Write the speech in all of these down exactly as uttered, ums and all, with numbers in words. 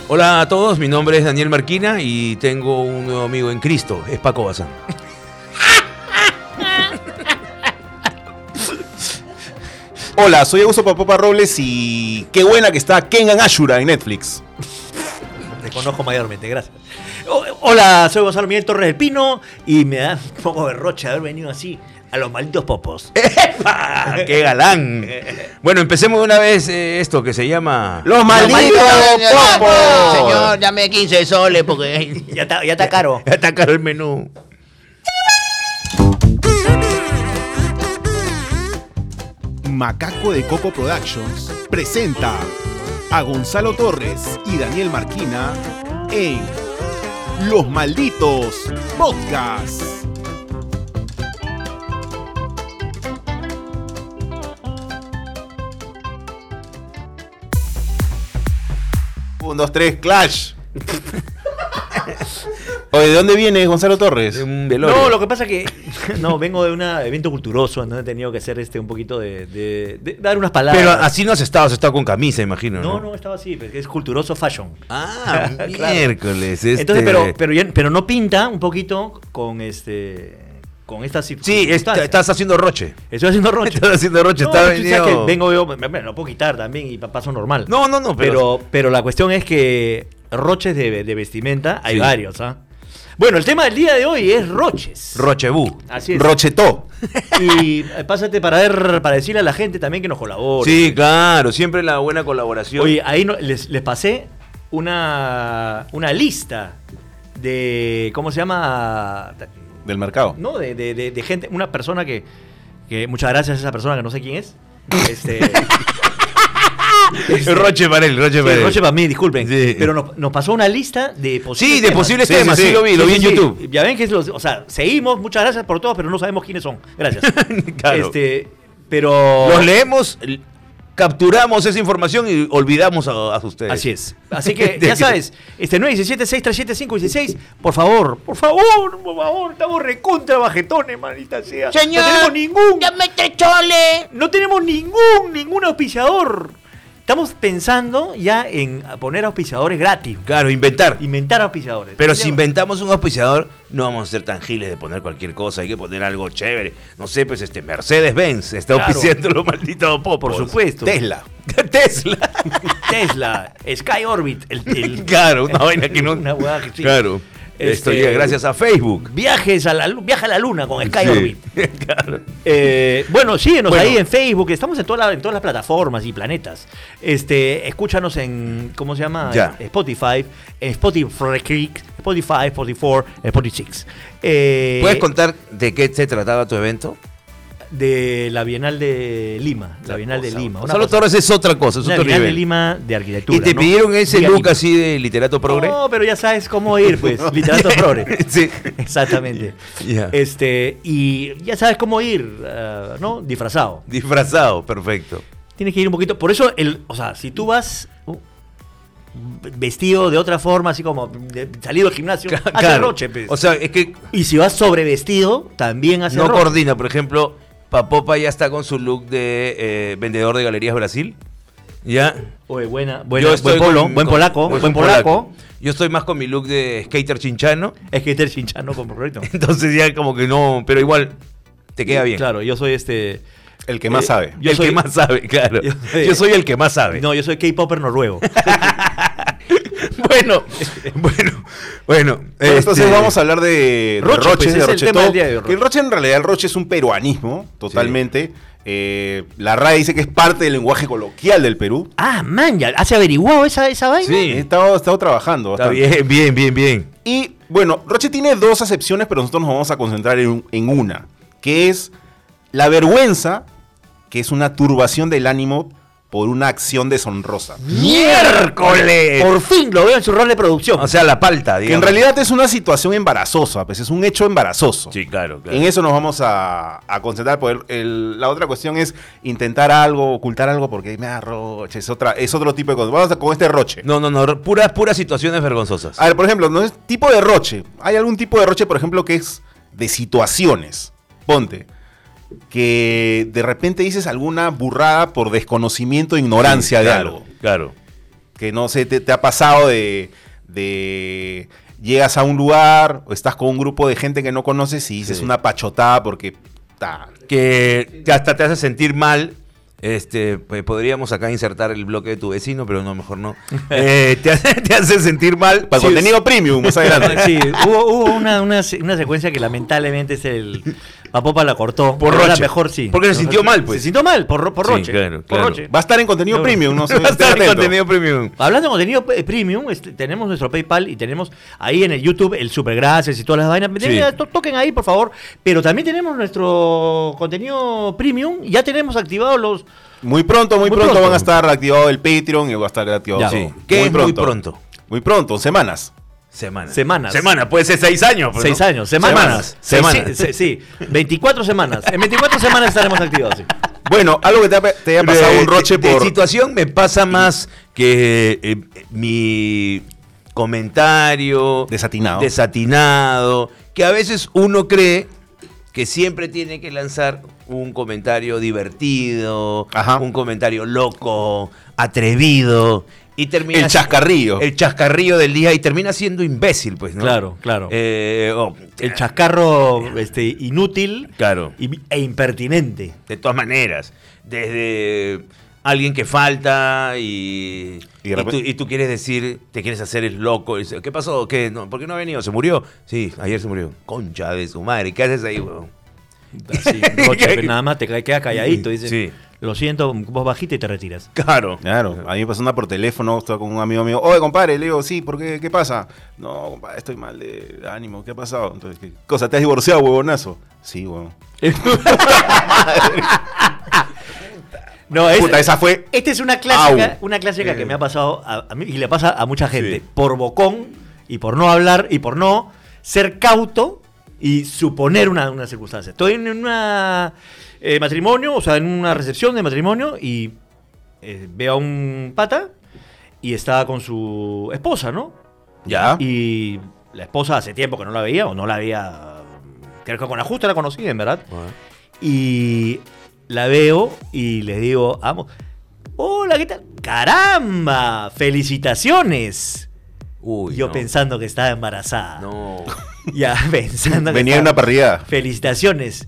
Hola a todos, mi nombre es Daniel Marquina y tengo un nuevo amigo en Cristo, es Paco Bazán. Hola, soy Augusto Papopa Robles y qué buena que está Kengan Ashura en Netflix. Te conozco mayormente, gracias. Hola, soy Gonzalo Miguel Torres del Pino y me da un poco de roche haber venido así a los malditos popos. ¡Epa! ¡Qué galán! Bueno, empecemos de una vez eh, esto que se llama... ¡Los malditos popos! Señor, dame quince soles porque... Ya está, ya está caro. Ya está caro el menú. Macaco de Coco Productions presenta a Gonzalo Torres y Daniel Marquina en Los Malditos Podcast. Un, dos, tres, Clash. Oye, ¿de dónde vienes, Gonzalo Torres? De un velorio. No, lo que pasa que no, vengo de un evento culturoso, donde he tenido que hacer este un poquito de, de, de dar unas palabras. Pero así no has estado, has estado con camisa, imagino. No, No, no, estaba así, porque es culturoso fashion. Ah, Claro. miércoles. Este... Entonces, pero, pero, ya- pero no pinta un poquito con este con estas Sí, es- circunstancias. estás haciendo roche. Estoy haciendo roche. Estás haciendo roche, No, está tú sabes venido... que vengo yo, me, me lo puedo quitar también y pa- paso normal. No, no, no, pero... pero, pero la cuestión es que roches de, de vestimenta hay Sí. varios, ¿ah? Bueno, el tema del día de hoy es roches. Rochebú. Así es. Rochetó. Y eh, pásate para ver, para decirle a la gente también que nos colabore. Sí, claro, siempre la buena colaboración. Oye, ahí no- les, les pasé una, una lista de, ¿cómo se llama? Del mercado. No, de, de, de, de gente, una persona que, que, muchas gracias a esa persona que no sé quién es. Este, este, Roche para él, Roche sí, para él. Roche para mí, disculpen. Sí. Pero nos, nos pasó una lista de posibles Sí, de temas. posibles Sí, temas, sí, sí, sí. lo vi, lo Sí, vi en sí, sí. YouTube. Ya ven que es los, o sea, seguimos, muchas gracias por todo, pero no sabemos quiénes son. Gracias. Claro. Este, pero Los leemos, l- capturamos esa información y olvidamos a, a ustedes. Así es. Así que, De ya que- sabes, este nueve uno siete, seis tres siete, cinco uno seis, por favor, por favor, por favor, estamos recontra bajetones, manita sea. Señor, no tenemos ningún, dame tres soles. no tenemos ningún, ningún auspiciador. Estamos pensando ya en poner auspiciadores gratis. Claro, inventar. Inventar auspiciadores. Pero Ya- si inventamos un auspiciador, no vamos a ser tan giles de poner cualquier cosa, hay que poner algo chévere. No sé, pues este Mercedes-Benz está Claro. auspiciando los malditos popos. Por supuesto. Tesla. Tesla. Tesla, Sky Orbit, el, el- Claro, una vaina que no... Una hueá que sí. Claro. Este- Esto llega gracias a Facebook. Viajes a la, lu- viaja a la luna con Sky Sí. Orbit. Claro. Eh, bueno, síguenos Bueno. ahí en Facebook, estamos en, toda la- en todas las plataformas y planetas. Este, escúchanos en, ¿cómo se llama? Ya. Spotify, en Spotify, Spotify, Spotify, Spotify. Eh, ¿Puedes contar de qué se trataba tu evento? de la Bienal de Lima, la Bienal de Lima. una Gonzalo cosa- Torres es otra cosa, es una otro Bienal de nivel. Lima de arquitectura. Y te ¿no? pidieron ese Diga look Lima. así de literato progre. No, pero ya sabes cómo ir, pues, literato progre. Sí. Exactamente. Ya. Este, y ya sabes cómo ir, ah, ¿no? Disfrazado. Disfrazado, perfecto. Tienes que ir un poquito. Por eso, el, o sea, si tú vas uh, vestido de otra forma, así como de- salido del gimnasio, hace Claro. roche, pues. O sea, es que Y si vas sobrevestido, también hace no roche. coordina. Por ejemplo, Papopa ya está con su look de eh, vendedor de Galerías Brasil. Ya. Oye, buena, buena, Yo estoy buen polo, con- buen con- polaco, buen buen polaco. Yo estoy más con mi look de skater chinchano. Es que este es chinchano con correcto. Entonces ya como que no, pero igual te queda bien. Claro, yo soy este. El que más Eh, sabe. yo el soy- que más sabe, claro. yo Yo soy- soy, el que más sabe. No, yo soy K-Popper noruego. Bueno, bueno, bueno. Bueno, entonces este, vamos a hablar de, de Roche, roches, pues, de es el rochetó. tema del día de hoy, Que el roche en realidad el roche es un peruanismo, totalmente. Eh, la R A E dice que es parte del lenguaje coloquial del Perú. Ah, man, ya has averiguado esa, esa vaina. Sí. He estado, he estado trabajando Está bastante. bien, bien, bien, bien. Y bueno, roche tiene dos acepciones, pero nosotros nos vamos a concentrar en, en una, que es la vergüenza, que es una turbación del ánimo por una acción deshonrosa. ¡Miércoles! Por fin lo veo en su rol de producción. O sea, la palta, Que en digamos. realidad es una situación embarazosa, pues es un hecho embarazoso. Sí, claro, claro. En eso nos vamos a, a concentrar. Porque el- la otra cuestión es intentar algo, ocultar algo, porque me da roche. Es, otra, es otro tipo de cosas. Vamos a, con este roche. No, no, no, puras, puras situaciones vergonzosas. A ver, por ejemplo, no es tipo de roche. Hay algún tipo de roche, por ejemplo, que es de situaciones. Ponte. Que de repente dices alguna burrada por desconocimiento e ignorancia Sí, de claro, algo. Claro. Que no sé, te, te ha pasado de, de... Llegas a un lugar o estás con un grupo de gente que no conoces y dices Sí. una pachotada porque... ta, Que hasta te hace sentir mal. Este, pues, podríamos acá insertar el bloque de tu vecino, pero no, mejor no. Eh, te, hace, te hace sentir mal. para Sí, contenido premium, más adelante. Sí, hubo, hubo una, una, se- una secuencia que lamentablemente es el. Papopa la cortó. Por Pero era Roche. mejor, sí. Porque se sintió mal, pues. Se sintió mal por, Ro- por Sí, Roche. claro, por claro. Roche. Va a estar en contenido No. premium, no sé. Va a estar en atento. contenido premium. Hablando de contenido eh, premium, este, tenemos nuestro PayPal y tenemos ahí en el YouTube el Super Gracias y todas las vainas. Sí. To- Toquen ahí, por favor. Pero también tenemos nuestro contenido premium. Ya tenemos activados los. Muy pronto, muy, Muy pronto, pronto. van a estar activado el Patreon y va a estar activado Ya. todo. Sí. ¿Qué es muy pronto? Muy pronto, semanas. Semanas. Semanas. Semana, puede ser seis años. pues, Seis ¿no? años, semanas. Semanas. Seis- sí, sí, veinticuatro semanas. En veinticuatro semanas estaremos activados. Sí. Bueno, algo que te, ha- te haya pasado De- un roche de, de por... situación me pasa más que eh, mi comentario Desatinado. desatinado, que a veces uno cree que siempre tiene que lanzar un comentario divertido, Ajá. un comentario loco, atrevido, y termina El chascarrillo. el chascarrillo del día y termina siendo imbécil, pues, ¿no? Claro, claro. Eh, oh, El chascarro este, inútil Claro. y- e impertinente. De todas maneras, desde alguien que falta y, Y de y, tú, repente- y tú quieres decir, te quieres hacer el loco. y dices, ¿qué pasó? ¿Qué? No, ¿por qué no ha venido? ¿Se murió? Sí, ayer se murió. Concha de su madre, ¿qué haces ahí, weón? Así, Roche, pues, nada más te ca- queda calladito. Dice, Sí. lo siento, vos bajita y te retiras. Claro. Claro, a mí me pasó una por teléfono, estaba con un amigo mío. Oye, compadre, le digo, sí, ¿por qué? ¿Qué pasa? No, compadre, estoy mal de ánimo, ¿qué ha pasado? Entonces, ¿qué cosa? ¿Te has divorciado, huevonazo? Sí, huevón. No, es, Puta, esa fue... esta es una clásica, Au. una clásica que Eh. me ha pasado a, a mí y le pasa a mucha gente. Sí. Por bocón y por no hablar y por no ser cauto y suponer una, una circunstancia. Estoy en una eh, matrimonio, o sea, en una recepción de matrimonio y eh, veo a un pata y está con su esposa, ¿no? ¿Ya? Y la esposa hace tiempo que no la veía o no la veía. Creo que con la justa la conocí, en verdad. Y la veo y le digo, amo, hola, ¿qué tal? ¡Caramba! ¡Felicitaciones! Uy, Yo no. pensando que estaba embarazada. No. Ya, pensando que Venía en estaba- una parrilla. Felicitaciones.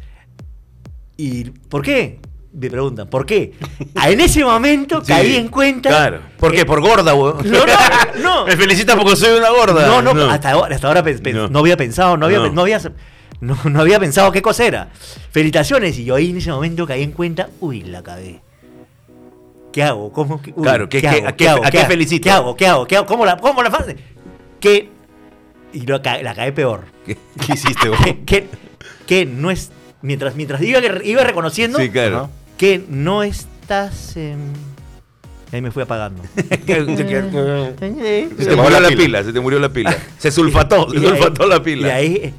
¿Y por qué? Me preguntan, ¿por qué? Ah, En ese momento Sí, caí en cuenta. Claro. ¿Por qué? Por gorda, weón. No, no, no. Me felicita porque soy una gorda. No, no, hasta ahora, hasta ahora pens- pens- No. no. había pensado, no había, No. no. había, no, no había pensado qué cosa era. Felicitaciones. Y yo ahí en ese momento caí en cuenta, uy, la cagué. ¿Qué hago? ¿Cómo? que- uy, Claro, ¿qué- qué- hago? a qué- hago? a qué hago? felicito? ¿Qué hago? ¿Qué hago? ¿Qué hago? ¿Cómo la, cómo la fase? ¿Qué? Y lo ca- la cagué peor. ¿Qué hiciste, huevón? Que, que, que no es. Mientras, mientras iba, iba reconociendo Sí, claro. Ajá. que no estás en. Ahí me fui apagando. Se te apagó murió la la pila. pila, se te murió la pila. Se sulfató, se Y ahí- sulfató la Y pila. ahí.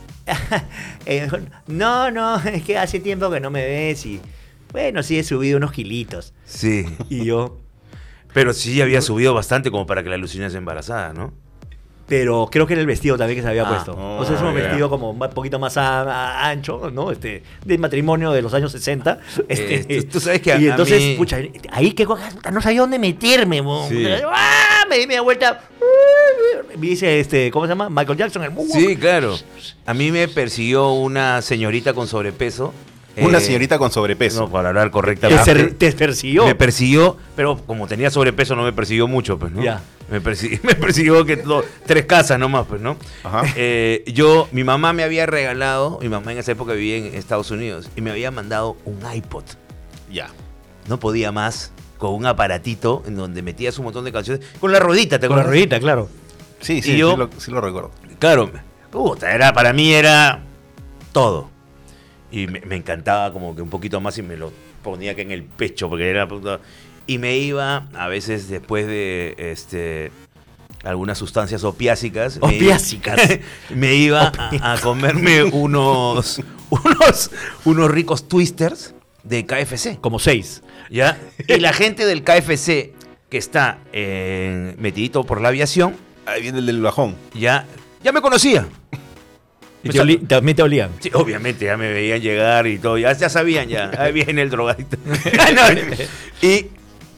eh, no, no, es que hace tiempo que no me ves y. Bueno, sí he subido unos kilitos. Sí. Y yo. Pero sí había subido bastante como para que la alucinase embarazada, ¿no? Pero creo que era el vestido también que se había Ah, puesto. oh, o sea, es un ya. vestido como un poquito más a- a- ancho, ¿no? Este, de matrimonio de los años sesenta. Este, Eh, tú- tú sabes que a- y a entonces, mí- pucha, ahí que cojas, puta, no sabía dónde meterme, mo. Sí. ¡Ah! Me di media vuelta. Me dice, este, ¿cómo se llama? Michael Jackson. El... Sí, claro. A mí me persiguió una señorita con sobrepeso. Una Eh, señorita con sobrepeso. No, para hablar Te, correctamente. ser- te persiguió. Me persiguió, pero como tenía sobrepeso no me persiguió mucho, pues, ¿no? Ya. Me, persi- me persiguió que do- tres casas nomás, pues, ¿no? Ajá. Eh, yo, mi mamá me había regalado, mi mamá en esa época vivía en Estados Unidos, y me había mandado un iPod. Ya. No podía más con un aparatito en donde metías un montón de canciones, con la ruedita, ¿te Con la acuerdas? ruedita, claro. Sí, sí, Y yo- sí, lo, sí lo recuerdo. Claro, puta, era, para mí era todo. Y me, me encantaba como que un poquito más y me lo ponía que en el pecho, porque era puta. Y me iba, a veces después de este algunas sustancias opiácicas. me- Opiásicas. Me, iba a, a comerme unos, unos, unos ricos twisters de K F C. Como seis. ¿Ya? Y la gente del K F C, que está eh, metidito por la aviación, Ahí viene el del bajón. ya, ya me conocía. Y te oli- también te olían. Sí, obviamente, ya me veían llegar y todo, ya, ya sabían ya, ahí viene el drogadito. No, y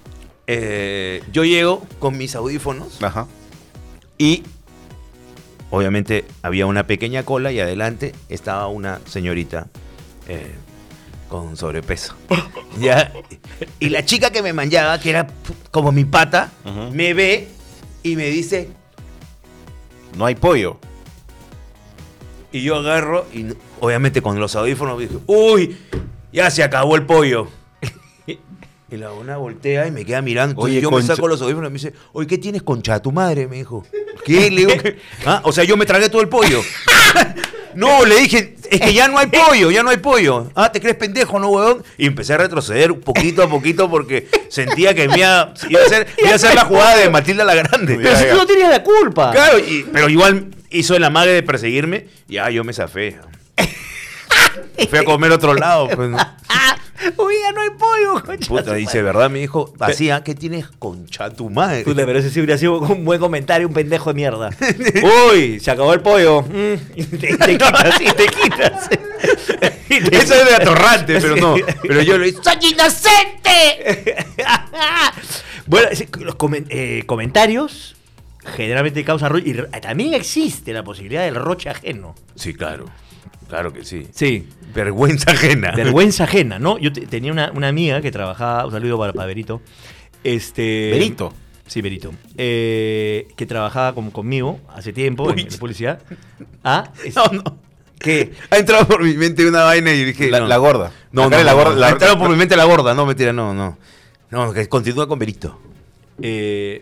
Eh, yo llego con mis audífonos Ajá. y obviamente había una pequeña cola y adelante estaba una señorita eh, con sobrepeso. ¿Ya? Y la chica que me manchaba, que era como mi pata, Ujú. me ve y me dice, No hay pollo. y yo agarro y no- obviamente con los audífonos dije, uy, ya se acabó el pollo. Y la una voltea y me queda mirando. Entonces Oye, yo concha- me saco los audífonos y me dice, oye, ¿qué tienes, concha de tu madre? Me dijo. ¿Qué? Le digo, ¿qué? ¿Ah? O sea, yo me tragué todo el pollo. No, le dije, es que ya no hay pollo, ya no hay pollo. Ah, ¿te crees pendejo, no, huevón? Y empecé a retroceder un poquito a poquito porque sentía que me iba, iba, a, hacer, iba a hacer la jugada de Matilda la Grande. Pero si tú no tenías la culpa. Claro, y- pero igual hizo el amague de perseguirme y ya yo me zafé. Fui a comer a otro lado. Pues, ¿no? Uy, ya no hay pollo, concha. Puta, dice, ¿verdad? Me dijo, vacía, ¿qué tienes, concha tu madre? Puta, pero ese sí hubiera sido un buen comentario, un pendejo de mierda. Uy, se acabó el pollo. Mm, y te, te quitas, y te quitas. Y te- Eso es de atorrante, pero no. Pero yo lo hice. ¡Soy inocente! Bueno, sí, los comen- eh, comentarios generalmente causan roche. Y re- también existe la posibilidad del roche ajeno. Sí, claro. Claro que sí. Sí. Vergüenza ajena. Vergüenza ajena, ¿no? Yo te- tenía una, una amiga que trabajaba, un saludo para, para Berito. Este, Berito. Sí, Berito. Eh, que trabajaba con- conmigo hace tiempo en, Uy. en publicidad. Ah, es- No, no. ¿Qué? Ha entrado por mi mente una vaina y dije. La, no. la gorda. No, Acá no, es la no, gorda. no. la- Ha entrado por mi mente la gorda. No, mentira, no, no. No, que continúa con Berito. Eh,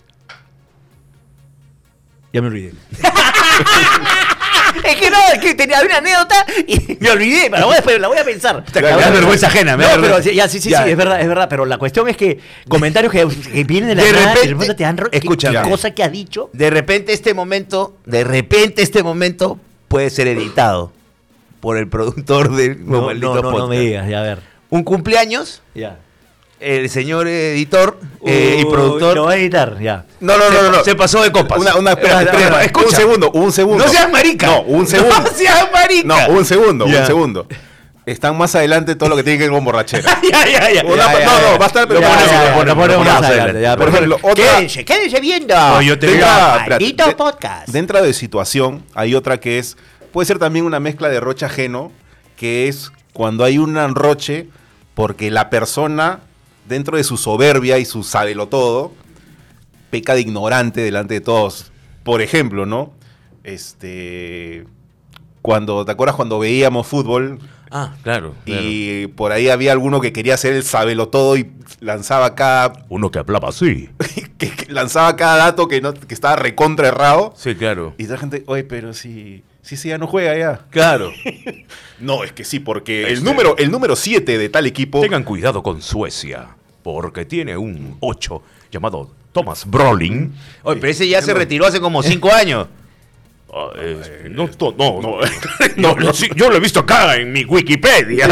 ya me olvidé. Es que no, es que tenía había una anécdota y me olvidé, pero la voy a, la voy a pensar. Me La da voy a- vergüenza ajena, me No, da pero vergüenza. sí, ya, sí, sí, Ya. sí, es verdad, es verdad. Pero la cuestión es que comentarios que, que vienen de la De nada, repente- de repente te dan ro- escucha, ¿qué, qué ya. cosa que ha dicho? De repente este momento, de repente este momento puede ser editado por el productor de Los No, Malditos no, no, no Podcast. me digas, ya a ver. Un cumpleaños, Ya. el señor editor eh, y Uy, productor Lo voy a editar, ya. No, no, se, no, no, no. se pasó de copas. Una, una, espera, Eh, espera, espera, espera, un escucha. segundo, un segundo. No seas marica. No, un segundo. No seas marica. No, un segundo, Ya. un segundo. Están más adelante todo lo que tiene que ver con borrachera. ya, ya, ya. Una- Ya, ya, no, ya. no, va a estar, pero Lo ya, ponemos, ya, lo ya, ponemos, lo ponemos lo más ponemos adelante, ya, Por pero- ejemplo, otra. Quédense, quédense viendo. No, yo te digo, Dentro- Maldito de- podcast. Dentro de situación hay otra que es, puede ser también una mezcla de roche ajeno, que es cuando hay un roche porque la persona, dentro de su soberbia y su sabelotodo, peca de ignorante delante de todos. Por ejemplo, ¿no? Este, cuando, ¿te acuerdas cuando veíamos fútbol? Ah, claro. Y por ahí había alguno que quería hacer el sabelotodo y lanzaba cada, Uno que hablaba así. que, que lanzaba cada dato que, no, que estaba recontra errado. Sí, claro. Y la gente, oye, pero si, si ese ya no juega ya. Claro. No, es que sí, porque Este- el número el número siete de tal equipo... Tengan cuidado con Suecia, porque tiene un ocho llamado Thomas Brolin. Oye, pero ese ya se retiró hace como cinco años. Ah, es- no, to- no, no, no, no, sí, yo lo he visto acá en mi Wikipedia.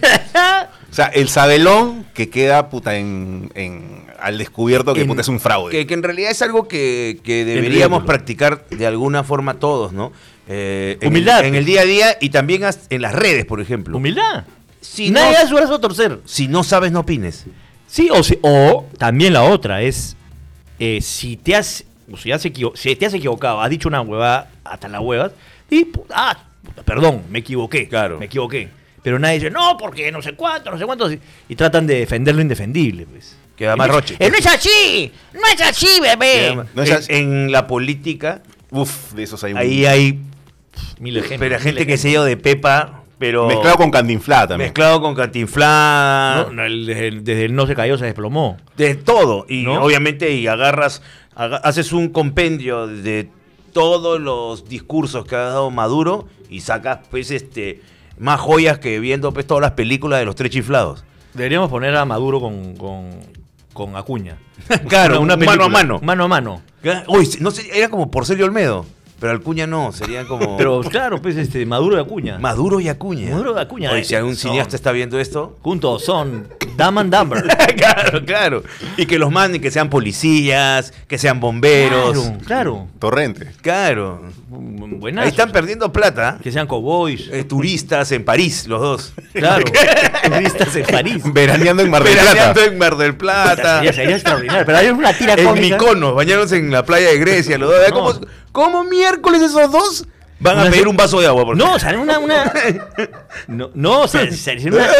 O sea, el sabelón que queda puta en, en- al descubierto que En- puta es un fraude. que, que en realidad es algo que, que deberíamos ridículo. practicar de alguna forma todos, ¿no? Eh, en el- Humildad. En el día a día y también as- en las redes, por ejemplo. Humildad. Si Nadie no- da su brazo a torcer. Si no sabes, no opines. Sí, o, si- o también la otra es, eh, si, te has, o si, has equivo- si te has equivocado, has dicho una huevada hasta las huevas, y, pu- ah, puta, perdón, me equivoqué, Claro. me equivoqué. Pero nadie dice, no, porque no sé cuánto, no sé cuánto, y, y tratan de defender lo indefendible, pues. Queda más roche. Eh, no es así, no es así, Queda bebé. más- No es en- así. en la política, Uf, de esos hay un- ahí hay Mil ejemplos. pero mil gente que ejemplos. se dio de pepa, pero Mezclado con Cantinflá también. mezclado con Cantinflá, No, no, el- desde, el, desde el no se cayó, se desplomó. de todo. Y ¿No? obviamente y agarras, aga- haces un compendio de todos los discursos que ha dado Maduro y sacas pues este más joyas que viendo pues todas las películas de los tres chiflados. Deberíamos poner a Maduro con, con, con Acuña. Claro, Una un mano a película. mano. Mano a mano. Uy, no sé, era como Porcelio Olmedo, pero Acuña no, sería como Pero claro, pues este, Maduro y Acuña. Maduro y Acuña. Maduro y Acuña. Oye, si algún Son- cineasta está viendo esto, Juntos son Dumb and Dumber. Claro, claro. Y que los manden, que sean policías, que sean bomberos. Claro, claro. Torrente. Claro. Buenas. Ahí están perdiendo plata. Que sean cowboys. Eh, turistas en París, los dos. Claro. Turistas en París. Veraneando en Mar del Veraneando Plata. en Mar del Plata. Sería, sería extraordinario. Pero hay una tira En cómica. Mykonos, bañándose en la playa de Grecia, los dos. No. ¿Cómo, cómo miércoles esos dos van a Una pedir se- un vaso de agua? Por No, o sea, una, una. No, no, o sea, sería una.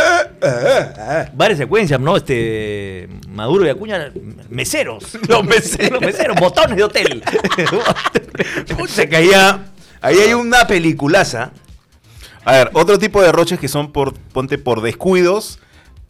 Varias secuencias, ¿no? Este. Maduro y Acuña, meseros. Los meseros. Los meseros, botones de hotel. Pucha, que allá, ahí hay una peliculaza. A ver, otro tipo de roches que son por, ponte por descuidos,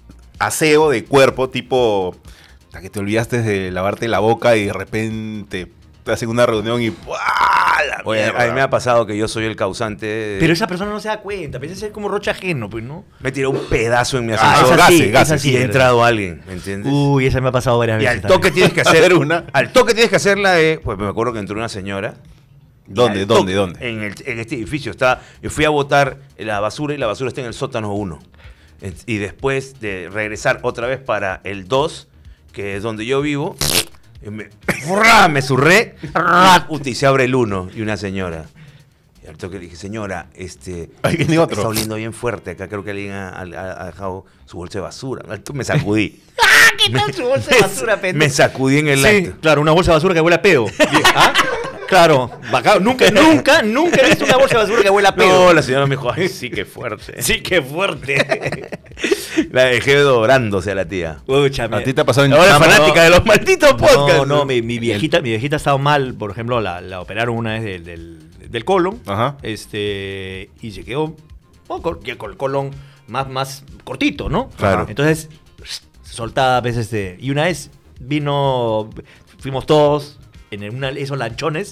aseo de cuerpo, tipo, la que te olvidaste de lavarte la boca y de repente te hacen una reunión y ¡buah! La Oye, mierda. a mí me ha pasado que yo soy el causante de... Pero esa persona no se da cuenta, piensa ser como roche ajeno, pues, ¿no? Me tiró un pedazo en mi Ah, ascensor. esa sí, gases, gases. esa sí, y ha ¿verdad? entrado alguien, ¿me entiendes? Uy, esa me ha pasado varias y veces. al toque tienes que A hacer ver, una. Al toque tienes que hacer la de... Pues me acuerdo que entró una señora. ¿Dónde, Al dónde, toque, dónde? En, el, en este edificio. Está, yo fui a botar la basura y la basura está en el sótano uno. Y después de regresar otra vez para el dos, que es donde yo vivo, me, me zurré, y se abre el uno y una señora. Y al toque le dije, señora, este, Ahí viene otro. está oliendo bien fuerte. Acá creo que alguien ha, ha- ha dejado su bolsa de basura. Al toque me sacudí. ¿Qué tal su bolsa de basura, pendejo? Me sacudí en el Sí, acto. claro, una bolsa de basura que huele a pedo. ¿Ah? Claro, bacán. Nunca, nunca, nunca he visto una bolsa de basura que huele a pedo. No, la señora me dijo, ay, sí, qué fuerte. Sí, qué fuerte. La dejé dorándose a la tía. Pucha, A mira. ti te ha pasado en Ahora chamba, fanática ¿no? de los malditos podcasts. No, no, mi, mi viejita, mi viejita ha estado mal, por ejemplo, la, la operaron una vez del, del, del colon. Ajá. Este, y se quedó oh, con, que con el colon más, más cortito, ¿no? Claro. Entonces, soltaba a veces de. Y una vez vino, fuimos todos en una, esos lanchones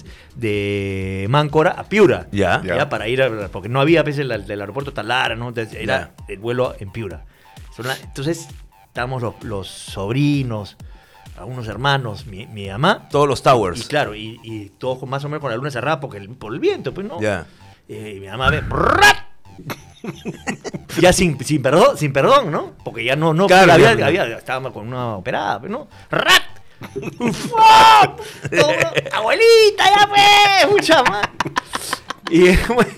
de Máncora a Piura. Ya. Ya, Ya. para ir a, porque no había veces el, el aeropuerto tan largo, ¿no? Entonces era Ya. el vuelo en Piura. Son la- Entonces, estábamos los, los sobrinos, algunos hermanos, mi, mi mamá. Todos los Y towers. claro, y, y todos con- más o menos con la luna cerrada porque el- por el viento, pues, ¿no? Ya. Eh, y mi mamá ve. ¡brat! Ya sin, sin perdón, sin perdón, ¿no? Porque ya no, no, Claro, había, claro. había- estábamos con una operada, pues, ¿no? ¡Rat! ¡Uf! Todo- ¡Abuelita, ya fue! ¡Mucha más! Y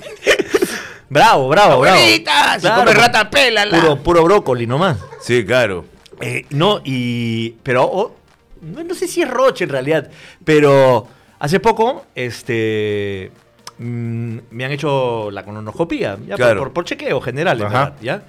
bravo, bravo, Abuelita, bravo. si Claro, come rata, pélala. Puro, puro brócoli nomás. Sí, claro. Eh, no, y. Pero. oh, no, no sé si es Roche en realidad. Pero. Hace poco, este. mm, me han hecho la colonoscopía. Ya, por- Claro. por, por chequeo general, en Ajá. verdad, ¿ya?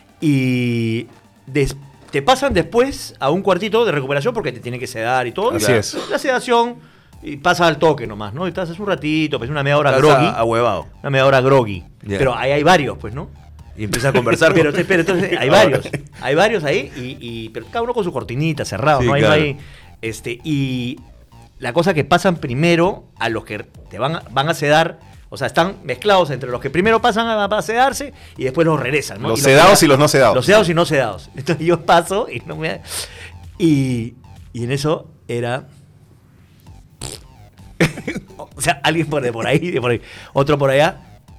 Y. des- te pasan después a un cuartito de recuperación porque te tienen que sedar y todo. Así La- es. La sedación. Y pasa al toque nomás, ¿no? Y estás un ratito, pues una media hora Estás groggy. a- ahuevado. Una media hora groggy. Ya. Pero ahí hay varios, pues, ¿no? Y empieza a conversar. Pero, pero entonces hay varios, hay varios ahí, y, y- pero cada uno con su cortinita, cerrado, Sí, ¿no? Ahí claro. no hay, este, y la cosa que pasan primero a los que te van a, van a sedar, o sea, están mezclados entre los que primero pasan a, a sedarse y después los regresan, ¿no? Los Y sedados que- y los no sedados. Los sedados y no sedados. Entonces yo paso y no me... Y, y en eso era... O sea, alguien por, de por ahí, de por ahí, otro por allá.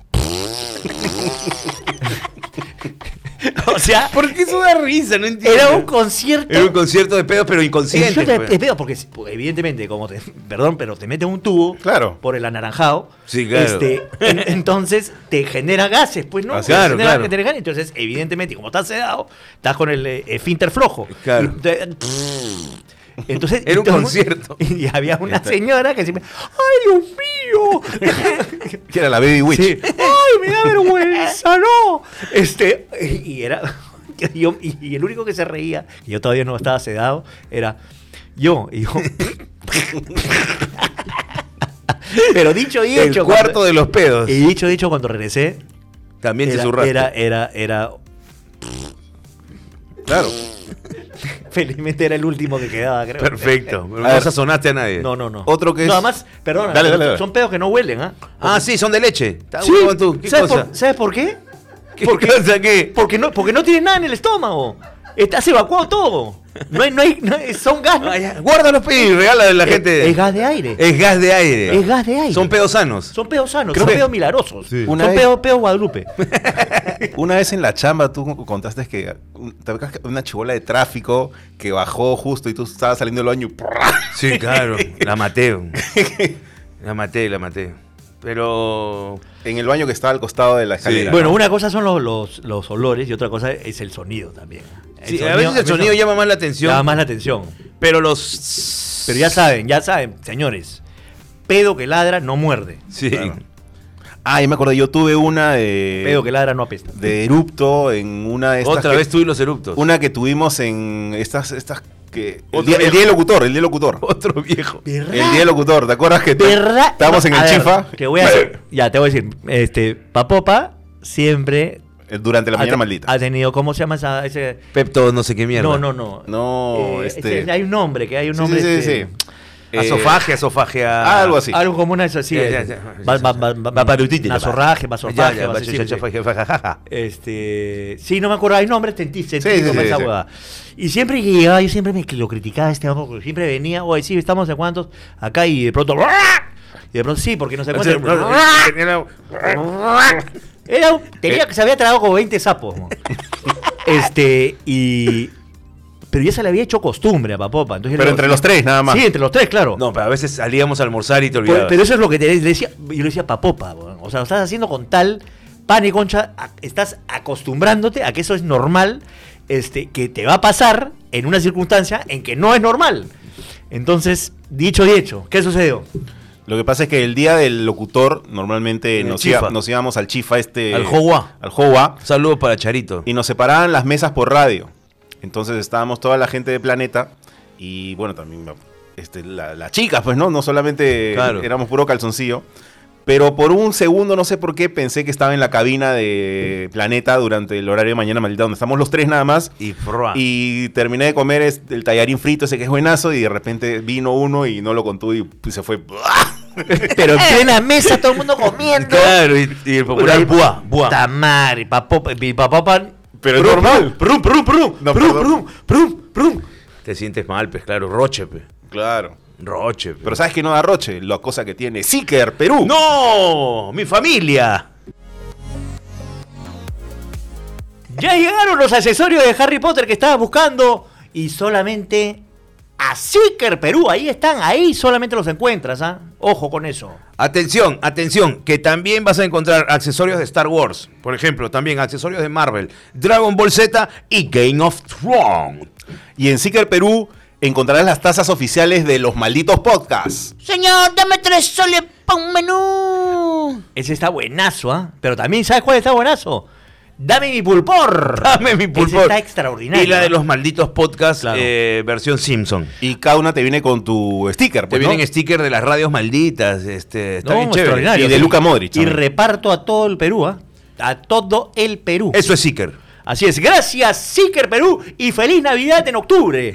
O sea, ¿Por qué eso da risa? No entiendo. era un concierto. Era un concierto de pedos, pero inconsciente. Concierto de- pues. de pedo, porque pues, evidentemente, como te, perdón, pero te meten un tubo Claro. por el anaranjado. Sí, claro. Este, en- entonces te genera gases, pues no. Ah, Te claro, genera- claro. te genera gases. Entonces, evidentemente, como estás sedado, estás con el eh, esfínter flojo. Claro. Y te- entonces, Era un todo el mundo- concierto. Y había una señora que siempre, ¡ay, Dios mío! Que era la Baby Witch. Sí. ¡Ay, me da vergüenza! ¡No! Este, y era. yo- y, y el único que se reía, y yo todavía no estaba sedado, era yo. Y yo. Pero dicho y El hecho. cuarto cuando- de los pedos. Y dicho y hecho, cuando regresé, También te era, zurraste. era, era, era. Claro. Felizmente era el último que quedaba, creo. Perfecto. Pero A no ver. sazonaste a nadie. No, no, no. Otro que es- No, además, perdona, Dale, dale, dale. son pedos que no huelen, ¿ah? Ah, sí, son de leche. Está Sí, huevón tú. ¿Qué ¿sabes, cosa? por, ¿sabes por qué? ¿Qué cosa qué? Porque no, porque no tienes nada en el estómago. Estás evacuado todo. No hay, no hay, no hay- son gas. ¿no? Ah, ya, guárdalo, pe, y regala a la Es- gente. Es gas de aire. Es gas de aire. Es gas de aire. Son pedos sanos. Son pedos sanos, Creo son que- pedos milagrosos. Una Son vez- pedos, pedos Guadalupe. Una vez en la chamba tú contaste que un- te acuerdas que una chibola de tráfico que bajó justo y tú estabas saliendo del baño y ¡prrr! Sí, claro. La maté. La maté, la maté. Pero. en el baño que estaba al costado de la escalera. Sí. Bueno, ¿no? una cosa son los, los, los olores y otra cosa es el sonido también. El Sí, sonido- a veces el mí sonido eso llama más la atención. llama más la atención. Pero los. Pero ya saben, ya saben, señores. Pedo que ladra no muerde. Sí. Claro. Ah, ya me acordé, yo tuve una de, Pedo que ladra no apesta. de erupto en una de estas. Otra que- vez tú y los eruptos. Una que tuvimos en estas. estas que, el, Otro día, el viejo. día del locutor, el día del locutor. Otro viejo. El día del locutor, ¿te acuerdas que te- ¿Verdad? estábamos en A el ver, Chifa? Que voy a hacer, ya te voy a decir, este, Papopa siempre Eh, Durante la ha, mañana te- maldita. ha tenido, ¿cómo se llama esa, ese? Pepto, no sé qué mierda. No, no, no. No, Eh, este. ese- hay un nombre, que hay un Sí, nombre. sí, sí, este, sí. Asofagia, asofagia. Ah, algo así. Algo como una de esas, sí. Ya, eh, ya, ya, va- ya, va- ya. va- va- Vaporutite, ya, Nasorraje, Ya, vasofagia, ya, vasecilio, ya, ya, ya, ja, ja. Este, sí, no me acuerdo, hay nombres científicos, Sí, sí, sí, esa sí. huevada. Y siempre que llegaba, yo siempre me lo criticaba a este hombre, porque siempre venía, oye, sí, estamos de cuántos, acá y de pronto, y de pronto sí, porque no se encuentra. Era, un- tenía que se había tragado como veinte sapos. ¿no? Este, y. Pero ya se le había hecho costumbre a Papopa. Entonces Pero yo- entre los tres, nada más. Sí, entre los tres, claro. No, pero a veces salíamos a almorzar y te Por- olvidabas. pero eso es lo que te le decía. Yo le decía Papopa. weón. O sea, lo estás haciendo con tal pan y concha. a- estás acostumbrándote a que eso es normal. Este, que te va a pasar en una circunstancia en que no es normal. Entonces, dicho y hecho, ¿qué sucedió? Lo que pasa es que el día del locutor, normalmente En el nos, iba- Chifa. nos íbamos al Chifa este. Al Jowa. Al Jowa. Saludos para Charito. Y nos separaban las mesas por radio. Entonces estábamos toda la gente de Planeta. Y bueno, también este, la- las chicas, pues, ¿no? No solamente Claro. éramos puro calzoncillo. Pero por un segundo, no sé por qué, pensé que estaba en la cabina de Planeta durante el horario de Mañana Maldita, donde estamos los tres nada más. Y frua. Y terminé de comer es- el tallarín frito, ese que es buenazo, y de repente vino uno y no lo contó y pues, se fue. Pero en plena mesa, todo el mundo comiendo. Claro, y, y el popular buah, buah. Tamar, Papopa, y Papopa. Pero es Prum, normal. Prum, prum, prum, No, prum, perdón. prum, prum, prum. Te sientes mal, pues claro, Roche, pe. Claro. Roche, pe. Pero ¿sabes qué no da Roche? La cosa que tiene Seeker, Perú. ¡No! ¡Mi familia! Ya llegaron los accesorios de Harry Potter que estabas buscando y solamente a Seeker Perú. Ahí están, ahí solamente los encuentras, ¿ah? Ojo con eso. Atención, atención, que también vas a encontrar accesorios de Star Wars. Por ejemplo, también accesorios de Marvel, Dragon Ball Z y Game of Thrones. Y en Seeker Perú encontrarás las tazas oficiales de los malditos podcasts. Señor, dame tres soles para un menú. Ese está buenazo, ¿ah? Pero también, ¿sabes cuál está buenazo? Dame mi pulpor. Dame mi Ese pulpor. está extraordinario. Y la de ¿ah? los malditos podcasts, Claro. eh, versión Simpson. Y cada una te viene con tu sticker, Te pues, ¿no? vienen stickers de las radios malditas. Este, está No, bien chévere. extraordinario. Y de Luka Modric Y también. reparto a todo el Perú, ¿ah? A todo el Perú. Eso es Seeker. Así es. Gracias, Seeker Perú. Y feliz Navidad en octubre.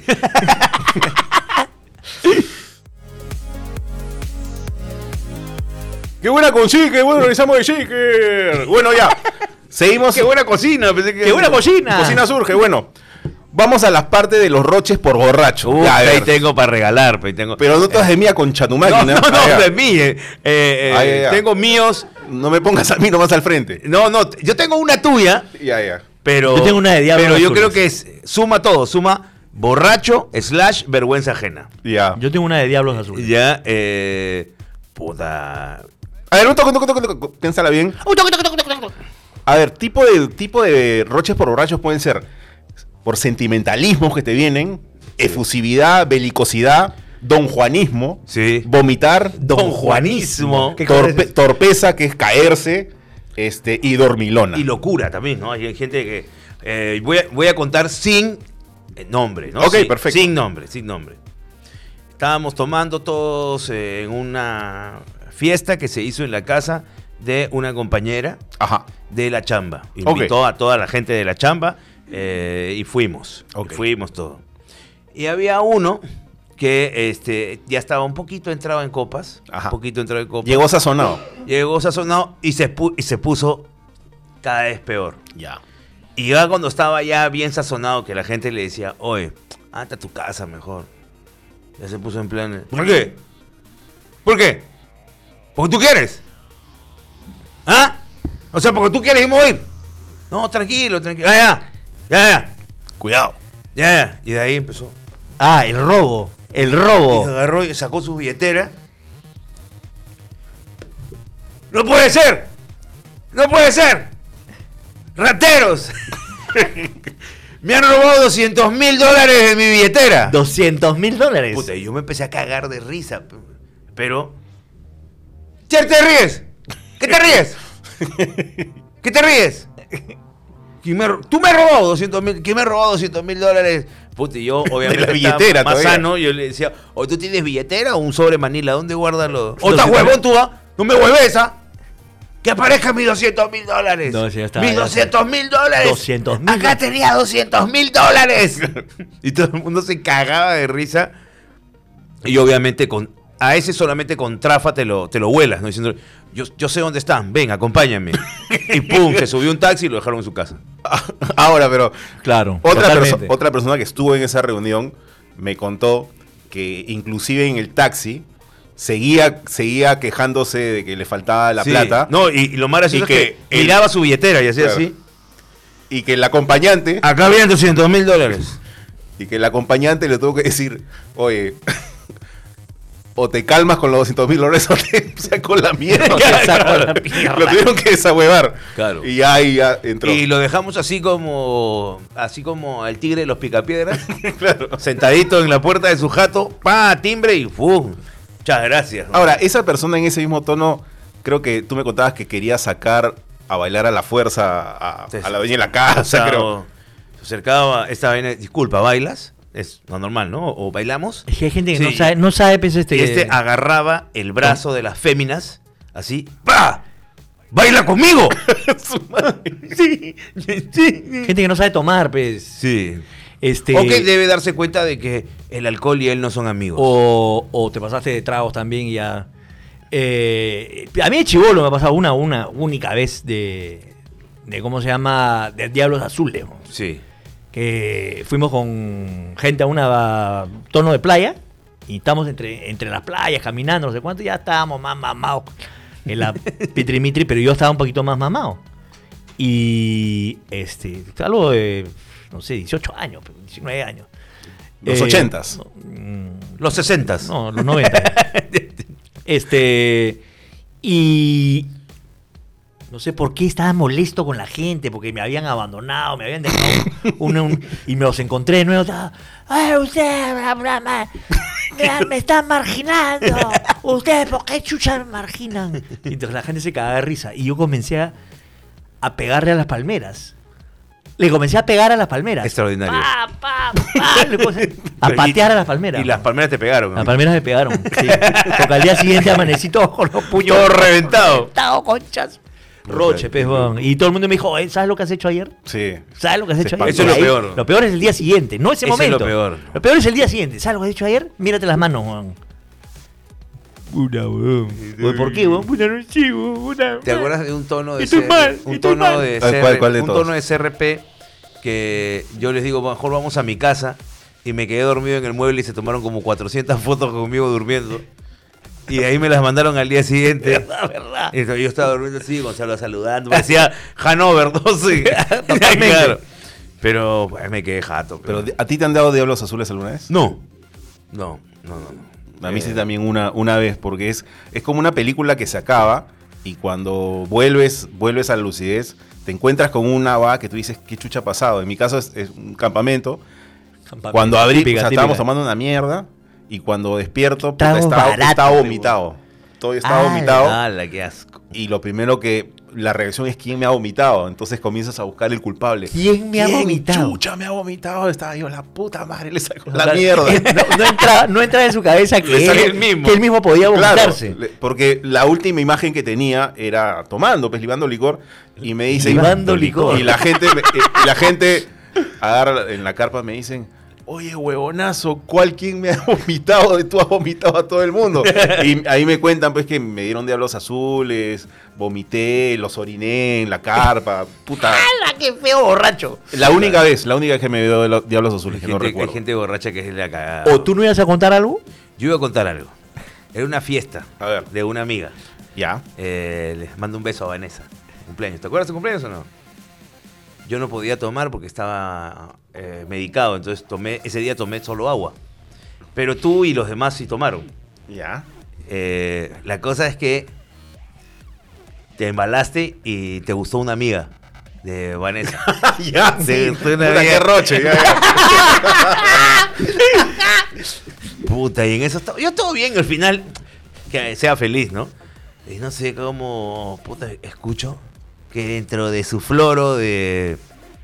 ¡Qué buena con Seeker! ¡Bueno, regresamos de Seeker! Bueno, ya. Seguimos. ¡Qué buena cocina! Pensé que- ¡Qué buena cocina! Cocina surge. Bueno, vamos a las partes de los roches por borracho. Uf, Ya, a ahí ver. tengo para regalar. pe, tengo... Pero no te das de mía con no, chatumáquina. no, no, Ah, ya. de mí. eh, eh, eh, Ah, ya, ya. Tengo míos. No me pongas a mí nomás al frente. No, no, yo tengo una tuya, Ya, ya. pero. Yo tengo una de Diablos Pero yo Azules. creo que es, suma todo, suma borracho slash vergüenza ajena. Ya. Yo tengo una de Diablos Azules. Ya, eh. Puta. A ver, un toque, un toque, un toque, un toque. Piénsala bien. Uy, toque, toque, toque, toque, toque. A ver, tipo de, tipo de roches por borrachos pueden ser por sentimentalismos que te vienen, efusividad, belicosidad, donjuanismo, Sí. vomitar, Don Juanismo. ¿Qué cosa torpe- es eso? torpeza, que es caerse, este, y dormilona. Y locura también, ¿no? Hay gente que. eh, voy, a, voy a contar sin eh, nombre, ¿no? Ok, Sin- perfecto. Sin nombre, sin nombre. Estábamos tomando todos eh, en una fiesta que se hizo en la casa de una compañera Ajá. de la chamba. Invitó Ok. a toda la gente de la chamba eh, y fuimos. Ok. Y fuimos todo. Y había uno que este, ya estaba un poquito entrado en copas. Ajá. Un poquito entrado en copas. Llegó sazonado. Llegó sazonado y se, pu- y se puso cada vez peor. Ya. Y ya cuando estaba ya bien sazonado, que la gente le decía, oye, anda a tu casa mejor. Ya se puso en plan, ¿por qué? ¿Por qué? Porque tú quieres. ¿Ah? O sea, porque tú quieres irme a ir. No, tranquilo, tranquilo. Ya, ya, ya, ya. Cuidado. Ya, ya. Y de ahí empezó. Ah, el robo. El Y robo. agarró y sacó su billetera. ¡No puede ser! ¡No puede ser! ¡Rateros! Me han robado doscientos mil dólares de mi billetera. doscientos mil dólares. Puta, y yo me empecé a cagar de risa. Pero... ¿Qué te ríes? ¿Qué te ríes? ¿Qué te ríes? ¿Quién me, tú me has robado doscientos mil. ¿Quién me ha robado doscientos mil dólares? Puta, y yo obviamente De la billetera estaba más todavía. sano. Yo le decía, o tú tienes billetera o un sobre Manila. ¿Dónde guardas los...? O estás doscientos mil. huevón tú, ¿ah? No me hueves, ¿ah? Que aparezcan mis doscientos mil dólares. No, sí, ya está, mis ya doscientos mil dólares. doscientos mil. Acá tenía doscientos mil dólares. Y todo el mundo se cagaba de risa. Y obviamente con a ese solamente con trafa te lo, te lo vuelas, ¿no? Diciendo, yo, yo sé dónde están, ven, acompáñame. Y pum, se subió un taxi y lo dejaron en su casa. Ahora, pero Claro. otra, totalmente. perso- otra persona que estuvo en esa reunión me contó que inclusive en el taxi seguía, seguía quejándose de que le faltaba la Sí. plata. No, y, y lo más gracioso Y es que que el- miraba su billetera y hacía Claro. así. Y que el acompañante, Acá habían doscientos mil dólares. y que el acompañante le tuvo que decir, oye, o te calmas con los doscientos mil dólares o te saco la mierda. Te saco la mierda. Lo tuvieron que desahuevar. Claro. Y ya, ahí ya entró. Y lo dejamos así como así como el tigre de los picapiedras, sentadito en la puerta de su jato, pa, timbre y ¡pum! Muchas gracias. ¿no? Ahora, esa persona en ese mismo tono, creo que tú me contabas que quería sacar a bailar a la fuerza a, a la dueña de la casa, O sea, creo. o- se acercaba esta vaina, disculpa, ¿bailas? Es lo normal, ¿no? ¿O bailamos? Es que hay gente que Sí. no sabe, no sabe, pues, este. Y este agarraba el brazo de las féminas, así, ¡pa! ¡Baila conmigo! sí, sí. Gente que no sabe tomar, pues. Sí. Este. O que debe darse cuenta de que el alcohol y él no son amigos. O, o te pasaste de tragos también y ya. Eh, a mí de chibolo me ha pasado una, una única vez de, de ¿cómo se llama? De Diablos Azules, ¿no? Sí. Que fuimos con gente a una tono de playa y estamos entre, entre las playas caminando, no sé cuánto, ya estábamos más mamados en la Pitrimitri, pero yo estaba un poquito más mamado. Y este, algo de, no sé, dieciocho años, diecinueve años. Los Eh, ochentas. no, mm, Los sesentas. no, los noventa. Este. Y. No sé por qué estaba molesto con la gente, porque me habían abandonado, me habían dejado un, un- y me los encontré de nuevo. estaba, ¡ay, usted! bla, bla, bla, me, me están marginando! ¿Ustedes por qué chucha me marginan? Y entonces la gente se cagaba de risa. Y yo comencé a, a pegarle a las palmeras. Le comencé a pegar a las palmeras. Extraordinario. Pa, pa, pa, le puse a patear a las palmeras. Y las palmeras te pegaron. ¿no? Las palmeras me pegaron. Sí. Porque al día siguiente amanecí todo con los puños. Todo reventado. Reventado, conchas. Roche, pez, weón. Y todo el mundo me dijo, "Oye, ¿sabes lo que has hecho ayer? Sí. ¿Sabes lo que has hecho ayer?" Eso es lo Ahí- peor. Lo peor es el día siguiente, no ese Eso es momento. lo peor. Lo peor es el día siguiente. ¿Sabes lo que has hecho ayer? Mírate las manos, weón. Una, weón. Oye, ¿por qué, weón? Una no sé, weón. Una- ¿Te acuerdas de un tono de Estoy C- mal, un estoy tono mal. de ¿Cuál- C R cuál- cuál de un todos? tono de C R P que yo les digo, mejor vamos a mi casa y me quedé dormido en el mueble y se tomaron como cuatrocientas fotos conmigo durmiendo. Y de ahí me las mandaron al día siguiente. verdad, verdad. Y yo estaba durmiendo así, Gonzalo saludando. Me decía Hanover, no sé. Totalmente. Claro. Pero pues, me quedé jato. Pero ¿a ti te han dado Diablos Azules alguna vez? No. No, no, no. no. A mí Eh, sí también una, una vez, porque es, es como una película que se acaba y cuando vuelves, vuelves a la lucidez, te encuentras con una va que tú dices, ¿qué chucha ha pasado? En mi caso es, es un campamento. Cuando abrí, Típica, o sea, típica. estábamos tomando una mierda y cuando despierto, puta, Tragos estaba, baratos, estaba pe, vomitado. Todo estaba Ah, vomitado. ¡Hala, qué asco! Y lo primero que, la reacción es quién me ha vomitado. Entonces comienzas a buscar el culpable. ¿Quién me ha vomitado? Chucha, me ha vomitado. Estaba yo, la puta madre, le saco O la sea, mierda. No, no entra, no entra en su cabeza que, Le sale él, el mismo. que él mismo podía Claro, vomitarse. le- porque la última imagen que tenía era tomando, pues libando licor, y me dicen, Libando licor. y la gente, me- eh, y la gente agarra en la carpa, me dicen, oye, huevonazo, ¿cuál quién me ha vomitado? Tú has vomitado a todo el mundo. Y ahí me cuentan, pues, que me dieron diablos azules, vomité, los oriné en la carpa, puta. ¡Hala, qué feo borracho! La única vez, la única vez que me dio de los diablos azules, Hay que no gente, recuerdo. hay gente borracha que es la cagada. ¿O tú no ibas a contar algo? Yo iba a contar algo. Era una fiesta A ver. de una amiga. Ya. Eh, les mando un beso a Vanessa. Cumpleaños. ¿Te acuerdas de su cumpleaños o no? Yo no podía tomar porque estaba eh, medicado, entonces tomé ese día tomé solo agua. Pero tú y los demás sí tomaron. Ya. Eh, la cosa es que te embalaste y te gustó una amiga de Vanessa. Ya, Te sí. gustó una Puta, amiga. qué roche. Ya, ya. Puta, y en eso estaba- yo todo bien al final, que sea feliz, ¿no? Y no sé cómo, puta, escucho que dentro de su floro de,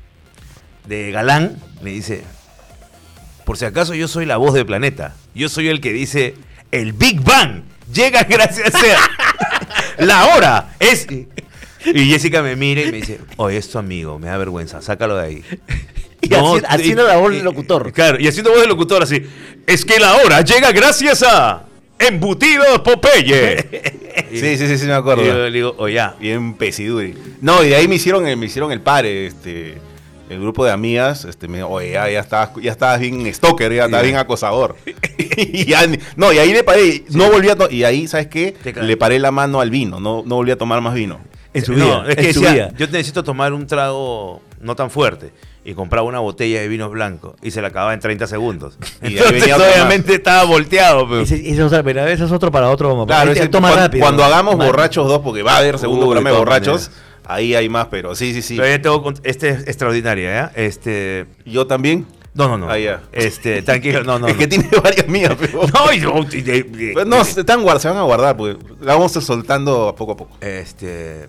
de galán me dice, por si acaso yo soy la voz del planeta, yo soy el que dice, el Big Bang llega gracias a la hora es... Y Jessica me mira y me dice, oye, es tu amigo, me da vergüenza, sácalo de ahí. Y haci- haciendo la voz del locutor. Claro, y haciendo voz del locutor así. Es que la hora llega gracias a Embutidos Popeye. Sí, sí, sí, sí, me Y acuerdo. yo le digo, oye, ya. Bien pesiduri. No, y de ahí me hicieron el, me hicieron el pare, este, el grupo de amigas, este, me dijo, oye, ya, ya estabas, ya estabas bien stalker, ya estabas Ya. bien acosador. Y ya, no, y ahí le paré, no volví a to- y ahí, ¿sabes qué? Te ca- Le paré la mano al vino, no, no volví a tomar más vino. En su No, vida. es que en su decía, vida. yo necesito tomar un trago no tan fuerte. Y compraba una botella de vinos blancos y se la acababa en treinta segundos. Y ahí Entonces, venía otro obviamente estaba volteado. Pero... Ese, ese, o sea, pero ese es otro para otro. Claro, Ahí te ese- toma cuan- rápido. cuando hagamos Más- borrachos dos, porque va a haber segundo Uh, de programa de todas borrachos, maneras. ahí hay más, pero sí, sí, sí. Pero ya tengo, cont- este es extraordinaria, ¿ya? Este... Yo también. No, no, no. Ah, ya. Este, tranquilo, no, no. es no. que tiene varias mías, pero... No, y no, y de- de- Pues no, se, están guard- se van a guardar, pues la vamos a ir soltando a poco a poco. Este.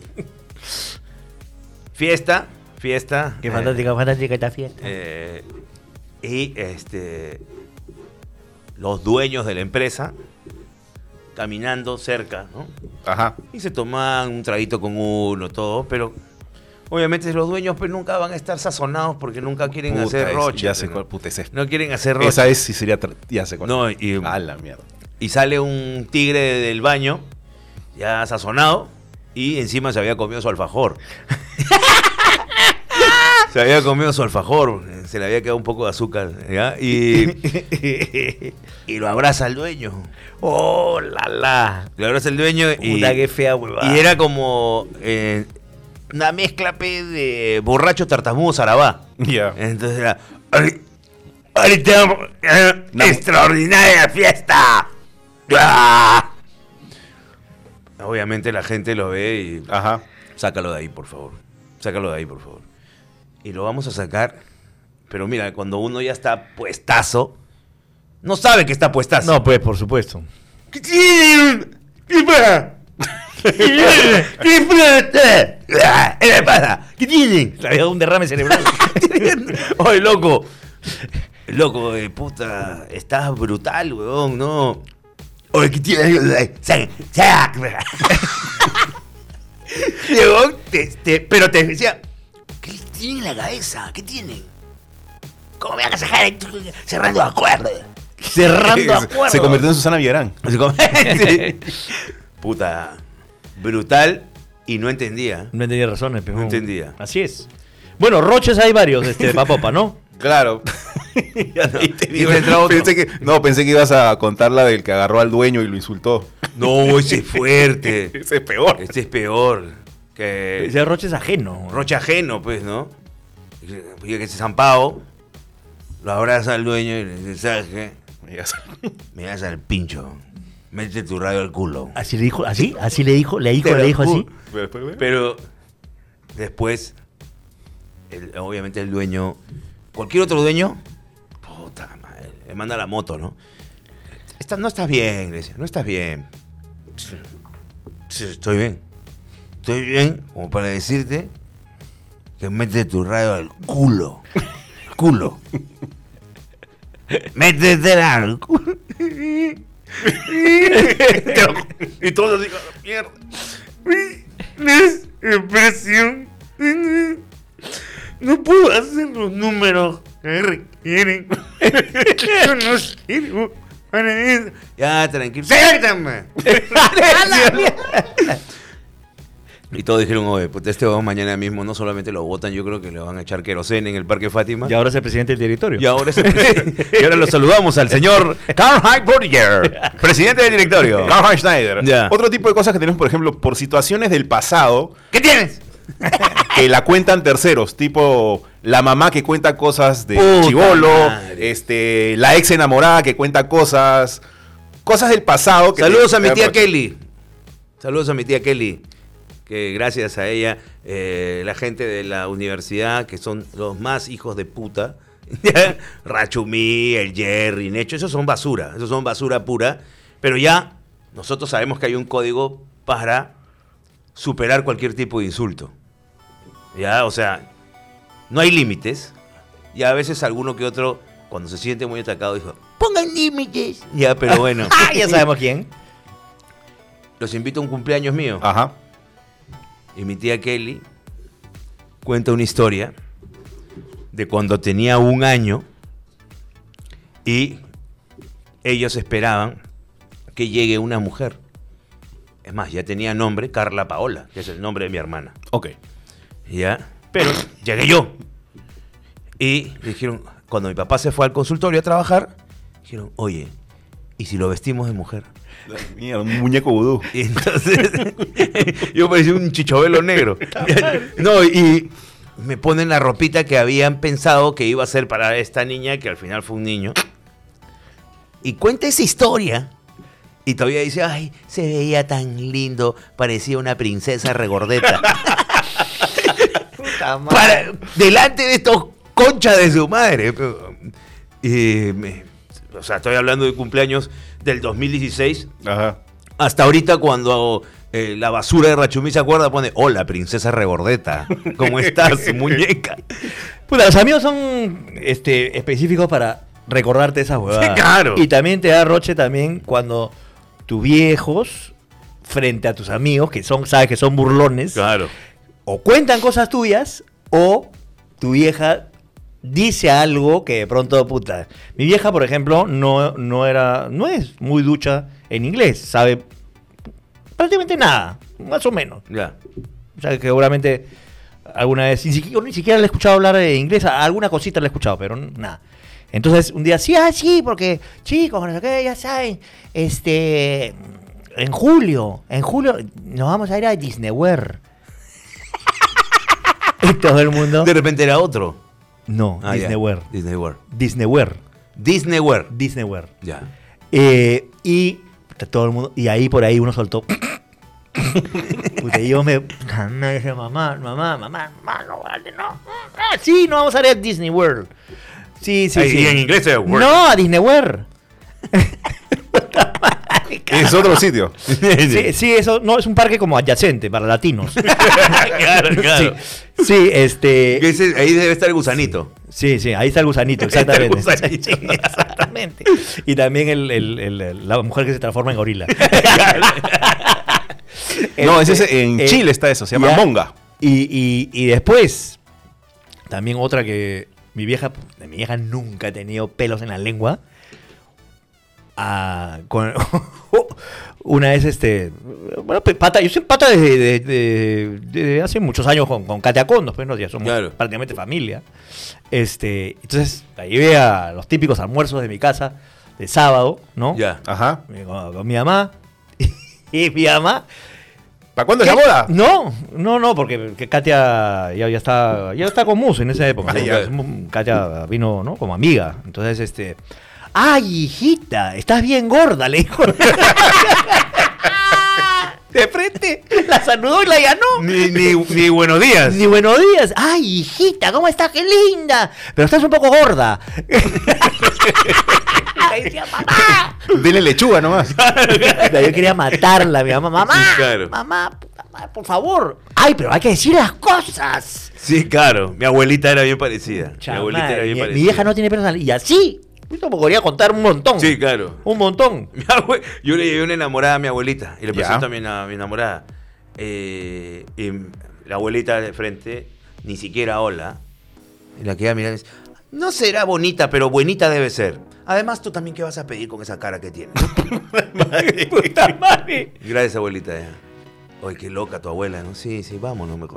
Fiesta, fiesta. Qué eh, fantástica, fantástica esta fiesta. eh, y este. Los dueños de la empresa caminando cerca, ¿no? Ajá. Y se toman un traguito con uno, todo, pero. Obviamente los dueños pues, nunca van a estar sazonados porque nunca quieren Puta, hacer es- roche. Ya sé ¿no? cuál, puta, ese es. No quieren hacer roche. Esa es, sí sería, tra- ya sé cuál. No, y, A la mierda. y sale un tigre del baño, ya sazonado, y encima se había comido su alfajor. Se había comido su alfajor, se le había quedado un poco de azúcar, ¿ya? Y, y lo abraza el dueño. Oh, la la. Lo abraza el dueño y, Puta, qué fea huevada. y era como eh, una mezcla pe, de borracho tartamudo zarabá. Ya. Entonces era, "Ahori- ahorita eh, No. extraordinaria fiesta. ¡Ah!". Obviamente la gente lo ve y Ajá. sácalo de ahí, por favor. Sácalo de ahí, por favor. Y lo vamos a sacar. Pero mira, cuando uno ya está puestazo, no sabe que está puestazo. No, pues, por supuesto. ¿Qué tiene? ¿Qué pasa? ¿Qué pasa? ¿Qué pasa? ¿Qué tienen? Le había dado un derrame cerebral. Oye, loco. Loco, eh, puta. Estás brutal, weón, no. Oye, ¿qué tienes? Sac, sac. Weón, te- te- pero te decía, ¿qué tiene en la cabeza? ¿Qué tienen? ¿Cómo me van a sacar ahí cerrando acuerdos? Cerrando se, acuerdos. se convirtió en Susana Villarán. Así como- Sí. Puta, brutal y no entendía. No entendía razones, pero. No entendía. Así es. Bueno, roches hay varios, este, de papopa, ¿no? Claro. Ahí te digo, Y entra otro. pensé que, no, pensé que ibas a contar la del que agarró al dueño y lo insultó. No, ese es fuerte. Ese es peor. Este es peor. Que Ese roche es ajeno. roche ajeno, pues, ¿no? Porque que ese zampao lo abraza al dueño y le dice, ¿sabes qué? Ya sabes. Me das al pincho. Mete tu radio al culo. Así le dijo, así, así le dijo, le dijo, Te le lo dijo así. juro. Pero después, güey. Pero después, el- obviamente el dueño, cualquier otro dueño, puta madre, le manda la moto, ¿no? Está- no estás bien, le decía, no estás bien. Sí, sí, estoy bien. Estoy bien como para decirte que metes tu radio al culo. Culo. Métetela al culo. Y todos así, mierda. Es impresión. No puedo hacer los números que requieren. Yo no sirvo para eso. Ya, tranquilo. ¡Suéltame! Y todos dijeron, oye, pues este huevón mañana mismo no solamente lo votan, yo creo que le van a echar querosene en el Parque Fátima. Y ahora es el presidente del directorio. Y ahora, es el presidente. Y ahora lo saludamos al señor Karl-Heinz Bodiger, presidente del directorio. Karl-Heinz Schneider. Ya. Otro tipo de cosas que tenemos, por ejemplo, por situaciones del pasado ¿Qué tienes? que la cuentan terceros, tipo la mamá que cuenta cosas de Puta chibolo, madre. este, la ex enamorada que cuenta cosas, cosas del pasado. Que Saludos te- a mi te- tía Kelly. Saludos a mi tía Kelly. Que gracias a ella, eh, la gente de la universidad, que son los más hijos de puta, Rachumí, el Jerry, Necho, esos son basura, esos son basura pura, pero ya nosotros sabemos que hay un código para superar cualquier tipo de insulto. Ya, o sea, no hay límites, y a veces alguno que otro, cuando se siente muy atacado, dijo, Pongan límites. ya, pero bueno, Ah, ya sabemos quién. los invito a un cumpleaños mío. Ajá. Y mi tía Kelly cuenta una historia de cuando tenía un año y ellos esperaban que llegue una mujer. Es más, ya tenía nombre, Carla Paola, que es el nombre de mi hermana. Ok. ¿Ya? Pero llegué yo. Y dijeron, cuando mi papá se fue al consultorio a trabajar, dijeron, oye, ¿y si lo vestimos de mujer? Mierda, un muñeco vudú. Y entonces yo parecía un chichovelo negro. No, y me ponen la ropita que habían pensado que iba a ser para esta niña, que al final fue un niño. Y cuenta esa historia. Y todavía dice, ay, se veía tan lindo, parecía una princesa regordeta. Puta madre. Para, delante de estos conchas de su madre. Y me- o sea, estoy hablando de cumpleaños del dos mil dieciséis. Ajá. Hasta ahorita cuando eh, la basura de Rachumí se acuerda, pone, hola, princesa regordeta, ¿cómo estás, muñeca? Puta, los amigos son este, específicos para recordarte esas huevadas. Sí, claro. Y también te da roche también cuando tus viejos, frente a tus amigos, que son, sabes que son burlones, Claro. o cuentan cosas tuyas, o tu vieja dice algo que de pronto, puta. Mi vieja, por ejemplo, no, no era, no es muy ducha en inglés, sabe prácticamente nada, más o menos. Ya. O sea, que seguramente alguna vez, ni siquiera, yo ni siquiera le he escuchado hablar de inglés, a- alguna cosita le he escuchado, pero nada. Entonces, un día, sí, ah, sí, porque, chicos, no sé qué, ya saben, este, en julio, en julio nos vamos a ir a Disney World. Y todo el mundo, De repente era otro. no, Ah, Disney ya. World, Disney World. Disney World, Disney World. Disney World. Ya. Eh, y puta, todo el mundo, y ahí por ahí uno soltó. Puta, y yo me, me dije, mamá, mamá, mamá, mamá, no vale, no. Ah, sí, no vamos a ir a Disney World. Sí, sí, Ahí, sí. y en inglés es World. No, a Disney World. Es otro sitio. Sí, sí, eso no es un parque como adyacente para latinos. Claro, claro. Sí, sí, este. Que ese- ahí debe estar el gusanito. Sí, sí, ahí está el gusanito, Ahí está el exactamente. gusanito. Sí, exactamente. Y también el, el- el- la mujer que se transforma en gorila. No, ese es Este, en eh, Chile está eso, se llama ya. monga. Y, y- y después, también otra que mi vieja, mi vieja nunca ha tenido pelos en la lengua. Ah, con, una vez, este, bueno, pues, pata, yo soy pata desde de, de- de hace muchos años con, con Katia Condos, pues, ¿no? Ya somos Claro. prácticamente familia. Este, entonces, ahí ve a los típicos almuerzos de mi casa de sábado, ¿no? Ya. Ajá. Con, con mi mamá. Y mi mamá. ¿Para cuándo es la ¿Qué? boda? No, no, no, porque que Katia ya, ya está ya está con Mus en esa época. Ah, ¿no? ya. Es mu- Katia vino, ¿no? Como amiga. Entonces, este. ¡Ay, hijita! Estás bien gorda, le dijo. De frente, la saludó y la llanó. Ni, ni, ni buenos días. Ni buenos días. ¡Ay, hijita! ¿Cómo estás? ¡Qué linda! Pero estás un poco gorda. Y decía, mamá. Dele lechuga nomás. Yo quería matarla, mi mamá. Mamá, Sí, claro. mamá, puta madre, por favor. Ay, pero hay que decir las cosas. Sí, claro. Mi abuelita era bien parecida. Mi Chama, abuelita era bien mi, parecida. mi vieja no tiene pelos en la- y así. Yo te podría contar un montón. Sí, claro. Un montón. Mi abue- Yo le llevé una enamorada a mi abuelita y le Ya. presento a mi, a mi enamorada. Eh, y la abuelita de frente, ni siquiera hola. Y la queda mirando y dice, no será bonita, pero buenita debe ser. Además, tú también, ¿qué vas a pedir con esa cara que tienes? Puta madre. Gracias, abuelita. Oye, qué loca tu abuela, ¿no? Sí, sí, vámonos mejor.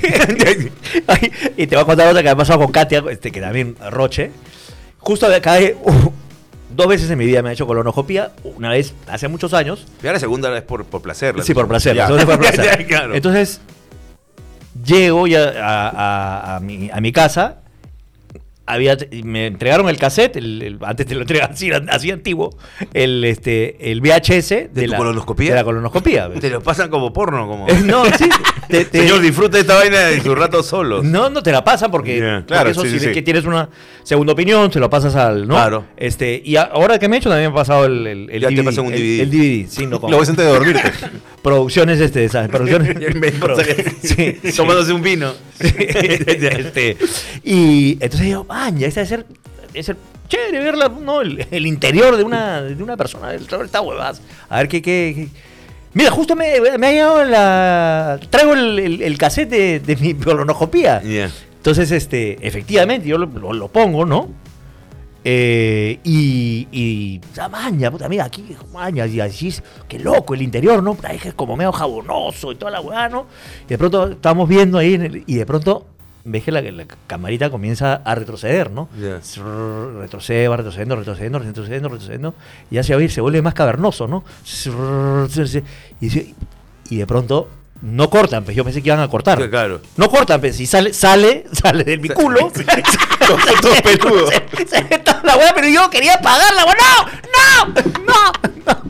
Ay, y te voy a contar otra que me ha pasado con Katia, este, que también Roche. Justo cada vez, uh, dos veces en mi vida me ha hecho colonoscopía. Una vez hace muchos años. Ya la segunda vez por, por placer. Sí, por placer. Ya. La segunda fue por placer. Claro. Entonces, llego ya a, a, a, mi, a mi casa. Había, me entregaron el cassette, el, el, antes te lo entregaban así, así antiguo, el, este, el V H S ¿De tu la colonoscopía? De la colonoscopía. Te lo pasan como porno, como... Eh, No, sí. Te, te, Señor, disfrute esta vaina de su rato solo. No, no te la pasan porque, Yeah. porque Claro, eso sí, si sí, ves sí. que tienes una segunda opinión, se lo pasas al, ¿no? Claro. Este, y a- ahora que me he hecho también me ha pasado el, el, el Ya te D V D. pasó un el, D V D. el D V D, sí, no, con Lo ves antes de dormirte. producciones, este, ¿sabes? Producciones. O sea, sí, sí. Tomándose un vino. Este, y entonces digo, man, ya esta debe ser, debe ser chévere verla, ¿no? El, el interior de una, de una persona, el esta huevas. A ver qué, qué, qué- Mira, justo me, me ha llegado la. Traigo el, el, el cassette de, de mi colonoscopía. Yeah. Entonces, este, efectivamente, yo lo, lo- lo pongo, ¿no? Eh, y, y, ah, maña, puta, mira, aquí, maña, y así, es, qué loco el interior, ¿no? Ahí es como medio jabonoso y toda la weá, ¿no? Y de pronto estamos viendo ahí, en el- y de pronto ves que la, la camarita comienza a retroceder, ¿no? Ya. Srrr, retrocede, va retrocediendo, retrocediendo, retrocediendo, retrocediendo, y ya se va a ir, se vuelve más cavernoso, ¿no? Srrr, srrr, y, se- y de pronto no cortan, pues yo pensé que iban a cortar. Sí, claro. No cortan, pues si sale, sale, sale de mi culo. Con puntos peludos. Se, se ve toda la weá, pero yo quería pagarla, weá. ¡No! ¡No! ¡No!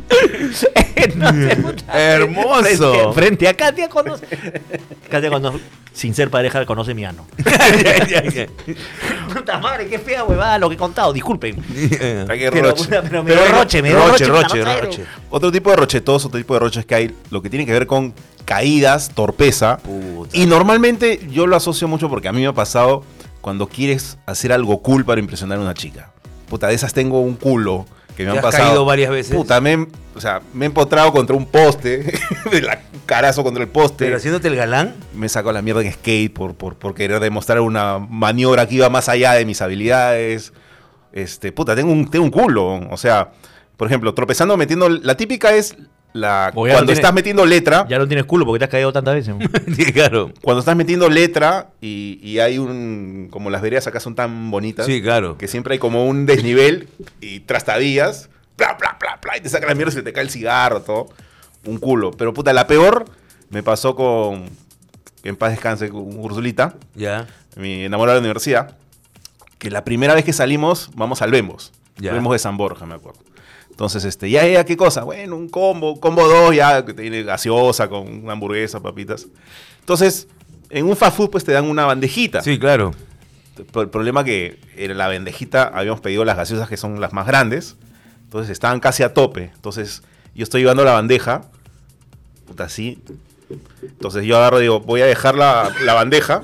Entonces, puta, Hermoso. Frente, frente a Katia conoce. Katia conoce, sin ser pareja, conoce mi ano. Ya, ya, ya. Puta madre, qué fea huevada lo que he contado, disculpen. Hay que Pero, roche. puta, pero me dio Pero hay- roche, me dio Roche, roche. roche, puta madre. roche. Otro tipo de rochetos, otro tipo de roches que hay, lo que tiene que ver con caídas, torpeza. Puta. Y normalmente yo lo asocio mucho porque a mí me ha pasado cuando quieres hacer algo cool para impresionar a una chica. Puta, de esas tengo un culo que me ¿Te han has pasado. caído varias veces? Puta, me, he- o sea, me he empotrado contra un poste, de la carazo contra el poste. Pero haciéndote el galán. Me sacó la mierda en skate por, por, por querer demostrar una maniobra que iba más allá de mis habilidades. Este, puta, tengo un, tengo un culo. O sea, por ejemplo, tropezando, metiendo. La típica es la O ya cuando no tiene- estás metiendo letra. Ya no tienes culo porque te has caído tantas veces. Sí, claro. Cuando estás metiendo letra y, y hay un. Como las veredas acá son tan bonitas. Sí, claro. Que siempre hay como un desnivel y trastadillas. Bla, bla, bla, bla. Y te saca la mierda y se te cae el cigarro, todo. Un culo. Pero puta, la peor me pasó con. Que en paz descanse, con Ursulita, Ya. mi enamorada de la universidad. Que la primera vez que salimos, vamos al Bembos. Ya. Bembos de San Borja, me acuerdo. Entonces, este, ya, ya, ¿qué cosa? Bueno, un combo, combo dos, ya, que tiene gaseosa con una hamburguesa, papitas. Entonces, en un fast food, pues te dan una bandejita. Sí, claro. Pero el problema que en la bandejita habíamos pedido las gaseosas que son las más grandes. Entonces estaban casi a tope. Entonces yo estoy llevando la bandeja. Puta, así. Entonces yo agarro y digo, voy a dejar la, la bandeja.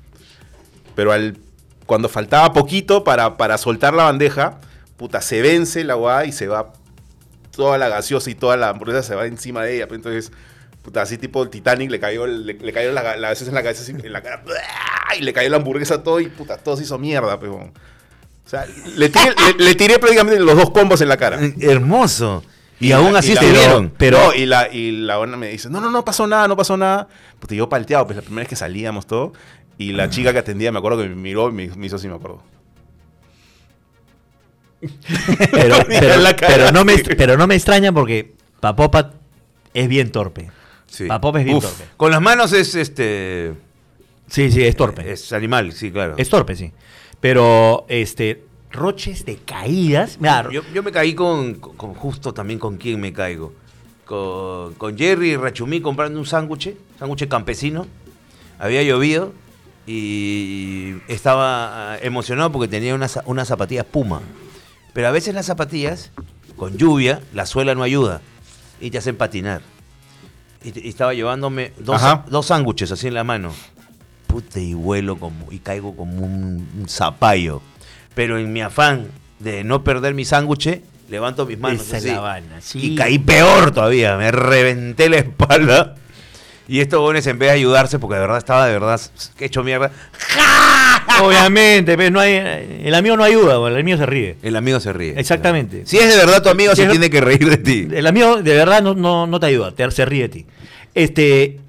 Pero al, cuando faltaba poquito para, para soltar la bandeja, puta, se vence la guada y se va toda la gaseosa y toda la hamburguesa se va encima de ella. Pues entonces, puta, así tipo el Titanic, le cayó, el- le, le cayó la, la gaseosa en la cabeza, así, en la cara. Y le cayó la hamburguesa todo y puta, todo se hizo mierda, pues. O sea, le tiré, le, le tiré prácticamente los dos combos en la cara. Hermoso. Y, aún la- así la- te vieron. Pero, no, y la, y la ona me dice, no, no, no pasó nada, no pasó nada. Pues yo palteado, pues la primera vez que salíamos todo. Y la chica que atendía, me acuerdo que me miró y me, me hizo así, me acuerdo. Pero, pero, En la cara. pero no me, pero no me extraña porque Papopa es bien torpe. Sí. Papopa es bien Uf, torpe. Con las manos es este. Sí, sí, es torpe. Es animal, sí, claro. Es torpe, sí. Pero, este, roches de caídas. Mira, Yo, yo me caí con, con justo también con quién me caigo. Con, con Jerry y Rachumí comprando un sándwich, sándwich campesino. Había llovido y estaba ah, emocionado porque tenía unas, unas zapatillas Puma. Pero a veces las zapatillas, con lluvia, la suela no ayuda y te hacen patinar. Y, te- y estaba llevándome dos, Ajá. dos sándwiches así en la mano. Puta, y vuelo como, y caigo como un, un zapallo. Pero en mi afán de no perder mi sándwich, levanto mis manos esa es así. la vaina, sí. Y caí peor todavía, me reventé la espalda. Y estos jóvenes, en vez de ayudarse, porque de verdad estaba de verdad hecho mierda, Obviamente, pero no hay, el amigo no ayuda, el amigo se ríe. el amigo se ríe. Exactamente. Si es de verdad tu amigo, Si se es- tiene que reír de ti. El amigo de verdad no, no, no te ayuda, te, se ríe de ti. Este,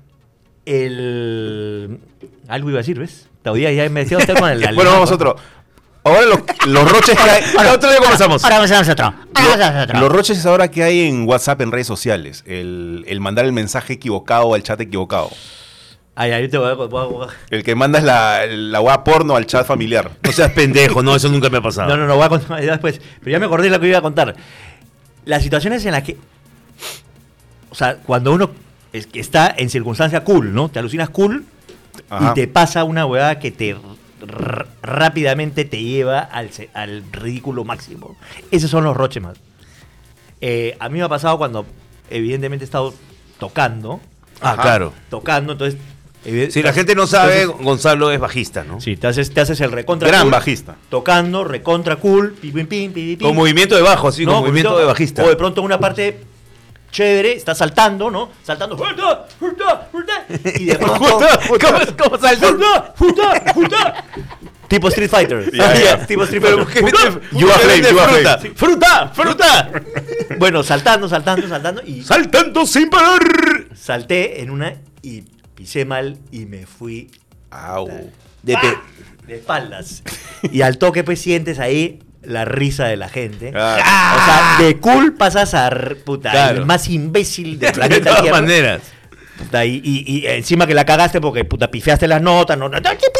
el... Algo iba a decir, ¿ves? Todavía ya me decía usted con el... Bueno, vamos a otro. Ahora los, los roches que hay. Ahora, otro día comenzamos. Ahora vamos a otro. Ahora vamos a otro. Los roches ahora que hay en WhatsApp, en redes sociales. El, el mandar el mensaje equivocado al chat equivocado. Ay, ay, yo te voy a... voy a- El que mandas la, la web porno al chat familiar. No seas pendejo, no, eso nunca me ha pasado. No, no, no, voy a contar ya después. Pero ya me acordé de lo que iba a contar. Las situaciones en las que... O sea, cuando uno es- que está en circunstancia cool, ¿no? Te alucinas cool Ajá. y te pasa una huevada que te r- rápidamente te lleva al, se- al ridículo máximo. Esos son los roches más. Eh, a mí me ha pasado cuando evidentemente he estado tocando, Ah, Ajá. claro. tocando, entonces... evide- Si la gente no sabe, entonces, Gonzalo es bajista, ¿no? sí, te haces, te haces el recontra Gran cool, bajista. tocando, recontra cool, pim, pim, pim, pim, pim. Con movimiento de bajo, sí, ¿no? con movimiento de bajista. O de pronto una parte chévere, está saltando, ¿no? Saltando. ¡Juta! ¡Juta! ¡Juta! Y de pronto. ¿Cómo, cómo salta? ¡Juta! ¡Juta! ¡Juta! Tipo Street Fighter. Ya, ya. Tipo Street Pero Fighter. que ¡Juta! You are flame, you are fruta, flame. fruta, fruta. Bueno, saltando, saltando, saltando. Y Saltando sin parar. salté en una y pisé mal y me fui Au. De ¡pa! pe- de espaldas. Y al toque, pues sientes ahí la risa de la gente. Ah. O sea, de cool pasas a r- puta, Claro. el más imbécil del De planeta todas Tierra. maneras. Puta, y, y- y encima que la cagaste porque puta pifiaste las notas, no,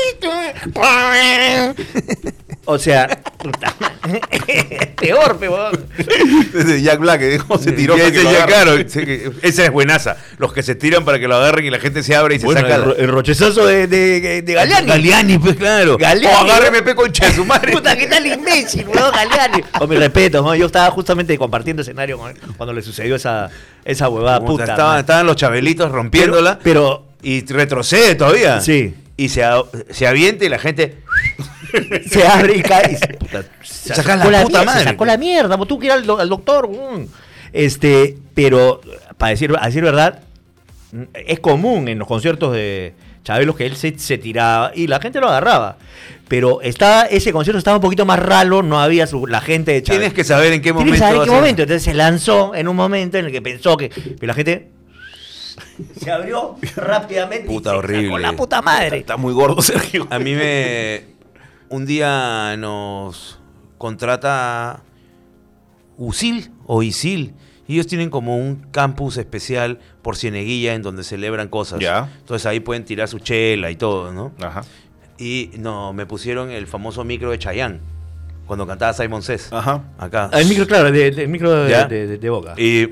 o sea, puta, peor, peor. Desde Jack Black, que dijo, se tiró. Y para ese que lo ya, agarre. claro, sí que- esa es buenaza. Los que se tiran para que lo agarren y la gente se abre y se Bueno, saca. el, ro- el rochezazo de, de, de Galeani. Galeani, pues claro. Galeani, O agárreme, ¿no? pe, concha de su madre. Puta, ¿qué tal imbécil, weón, Galeani? Con mi respeto, ¿no? Yo estaba justamente compartiendo escenario con él cuando le sucedió esa, esa huevada, Puta, puta. estaban, man. estaban los chabelitos rompiéndola. Pero, Y retrocede todavía. Sí. Y se, a- se avienta y la gente. se abre y cae. y se, puta, se Sacás sacó la la, puta mierda, madre. se sacó la mierda. Vos tú que ir al, do- al doctor. mm. Este, pero, para decir, a decir verdad, mm, es común en los conciertos de Chabelos que él se, se tiraba y la gente lo agarraba. Pero estaba, ese concierto estaba un poquito más ralo, no había su- la gente de Chabelo. Tienes que saber en qué momento. Tienes que saber en qué vas a- momento. Entonces se lanzó en un momento en el que pensó que. Pero la gente. Se abrió rápidamente. y Puta, se horrible. sacó la puta madre. Está muy gordo, Sergio. A mí me. Un día nos contrata U S I L o I S I L. Y ellos tienen como un campus especial por Cieneguilla en donde celebran cosas. Ya. Entonces ahí pueden tirar su chela y todo, ¿no? Ajá. Y no, me pusieron el famoso micro de Chayanne cuando cantaba Simon Says. Ajá. Acá. El micro, claro, de- de- el micro de, ¿Ya? de- de- de boca. Y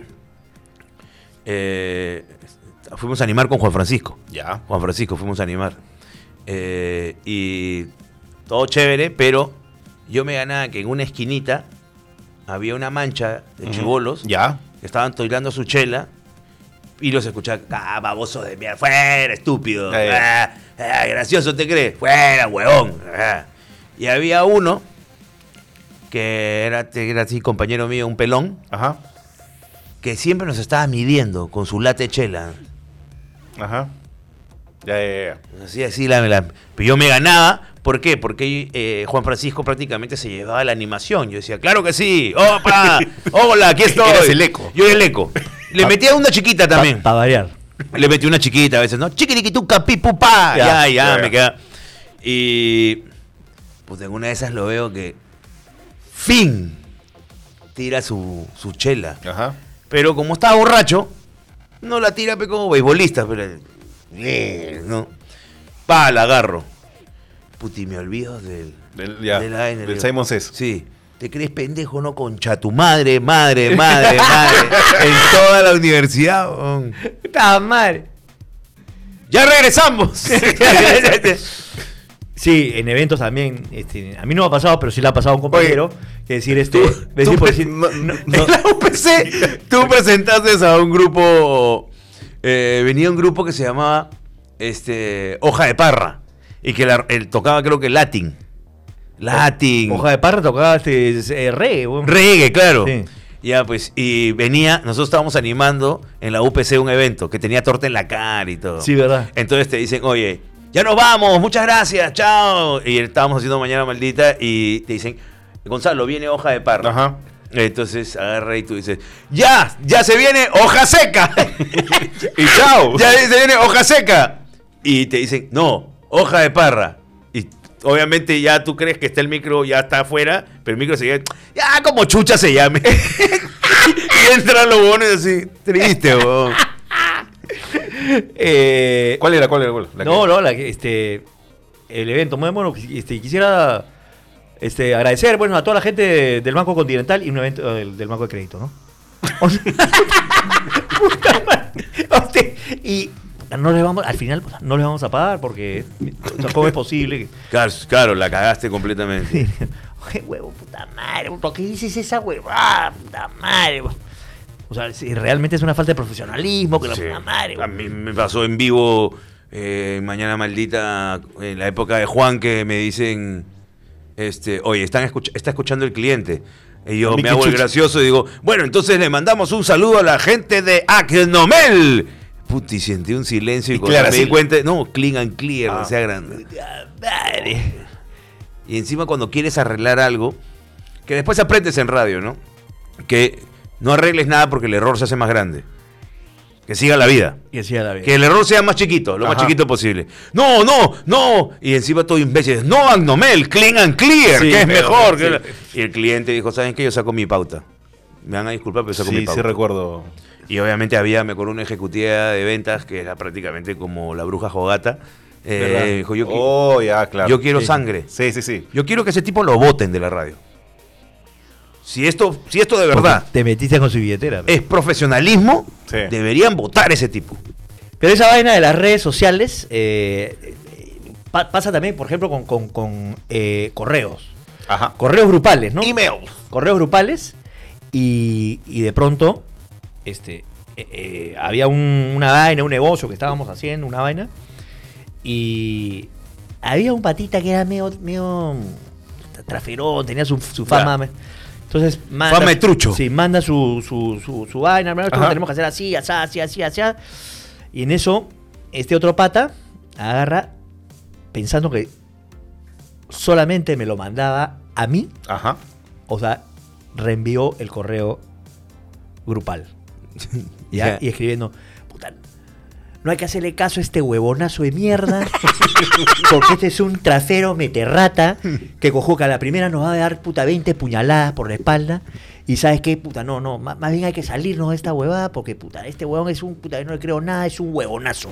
eh, fuimos a animar con Juan Francisco. Ya. Juan Francisco, fuimos a animar. Eh, y todo chévere, pero yo me ganaba que en una esquinita había una mancha de Ujú. chibolos Ya. que estaban tirando su chela y los escuchaba, ah, baboso de mierda, fuera, estúpido, Eh. ah, ah, gracioso te crees, fuera, huevón. ah". Y había uno que era, que era así compañero mío, un pelón, Ajá. que siempre nos estaba midiendo con su late chela. Ajá. Ya, ya, ya. Así, así, la, la- pero yo me ganaba. ¿Por qué? Porque eh, Juan Francisco prácticamente se llevaba la animación. Yo decía, claro que sí. ¡Opa! ¡Hola! Aquí estoy. Eras el eco. Yo era el eco. Le metía una chiquita también. Para variar. Le metí una chiquita a veces, ¿no? Chiquiriquituca, pipupá. Ya, Ya, ya, ya, me ya. queda. Y. Pues en una de esas lo veo que. Fin. Tira su, su chela. Ajá. Pero como estaba borracho, no la tira pe, como beisbolista. Pero, eh, no. Pa, la agarro. Puti, me olvido del. Del, ya. del aire, del digo, Simon Says. Sí. ¿Te crees pendejo, no? Concha tu madre, madre, madre, madre. En toda la universidad. weón. ¡Puta madre! ¡Ya regresamos! Sí, en eventos también. Este, a mí no me ha pasado, pero sí le ha pasado a un compañero. Que decir este. decir tú por pre- decir- no- no- En la U P C, tú presentaste a un grupo. eh, venía un grupo que se llamaba este, Hoja de Parra. Y que la- él tocaba, creo que Latin. Latin. Hoja de parra tocaba este, eh, reggae, weón. Reggae, claro. Sí. Ya, pues, y venía, nosotros estábamos animando en la U P C un evento que tenía torta en la cara y todo. Sí, ¿verdad? Entonces te dicen, oye, ya nos vamos, muchas gracias, chao. Y estábamos haciendo Mañana Maldita y te dicen, Gonzalo, viene hoja de parra. Ajá. Entonces agarra y tú dices, ya, ya se viene hoja seca. Y chao. Ya se viene hoja seca. Y te dicen, no, hoja de parra. Y obviamente ya tú crees que está el micro, ya está afuera, pero el micro se llama, ya como chucha se llame. Y entran los bonos así, triste, weón. Eh, ¿Cuál era? ¿Cuál era? ¿Cuál? La no, que- no, la, que, este, el evento, muy bueno. Este, quisiera este, agradecer bueno, a toda la gente del Banco Continental y un evento del, del Banco de Crédito, ¿no? O sea, puta madre. O sea, y no les vamos, al final puta, no les vamos a pagar porque o sea, ¿cómo es posible? que- Claro, claro, la cagaste completamente. Oye, huevo, puta madre, ¿por qué dices esa huevada? Puta madre. O sea, si realmente es una falta de profesionalismo, que la Sí. puta madre. A mí me pasó en vivo eh, Mañana Maldita, en la época de Juan, que me dicen, este, oye, están escuch- está escuchando el cliente. Y yo Mickey me hago el Chuch. gracioso y digo, bueno, entonces le mandamos un saludo a la gente de Acnomel. Puti, sentí un silencio y, Y cuando Clara, me di sí. cuenta, no, clean and clear, Ah. o sea grande. Puta madre. Y encima cuando quieres arreglar algo, que después aprendes en radio, ¿no? Que no arregles nada porque el error se hace más grande. Que siga la vida. Y decía la vida. Que el error sea más chiquito, lo más Ajá. chiquito posible. No, no, no. Y encima todo imbécil. No, Agnomel, clean and clear, Sí, que es pero- mejor. que sí. la-". Y el cliente dijo, ¿saben qué? Yo saco mi pauta. Me van a disculpar, pero saco mi Sí, pauta. sí recuerdo. Y obviamente había, me acuerdo, una ejecutiva de ventas que era prácticamente como la bruja Jogata. Eh, ¿Verdad? dijo, yo, qui- Oh, ya, claro. yo quiero Sí. sangre. Sí, sí, sí. yo quiero que ese tipo lo voten de la radio. Si esto, si esto de verdad Te metiste con su billetera. es profesionalismo, Sí. deberían votar ese tipo. Pero esa vaina de las redes sociales eh, eh, pa- pasa también, por ejemplo, con, con- con, eh, correos. Ajá. Correos grupales, ¿no? Emails. Correos grupales y, y de pronto este, eh, eh, había un- una vaina, un negocio que estábamos haciendo, una vaina, y había un patita que era medio, medio traferón, tenía su, su fama. me- Entonces, manda, Fama de trucho. Sí, manda su, su, su, su vaina, hermano, esto lo Ajá. tenemos que hacer así, así, así, así, así. Y en eso, este otro pata agarra pensando que solamente me lo mandaba a mí, Ajá. o sea, reenvió el correo grupal. ¿Ya? Ya. Y escribiendo, puta, no hay que hacerle caso a este huevonazo de mierda, porque este es un trasero meterrata que cojuca a la primera nos va a dar puta veinte puñaladas por la espalda. Y sabes qué, puta, no, no, má- más bien hay que salirnos de esta huevada porque puta, este huevón es un puta, yo no le creo nada, es un huevonazo.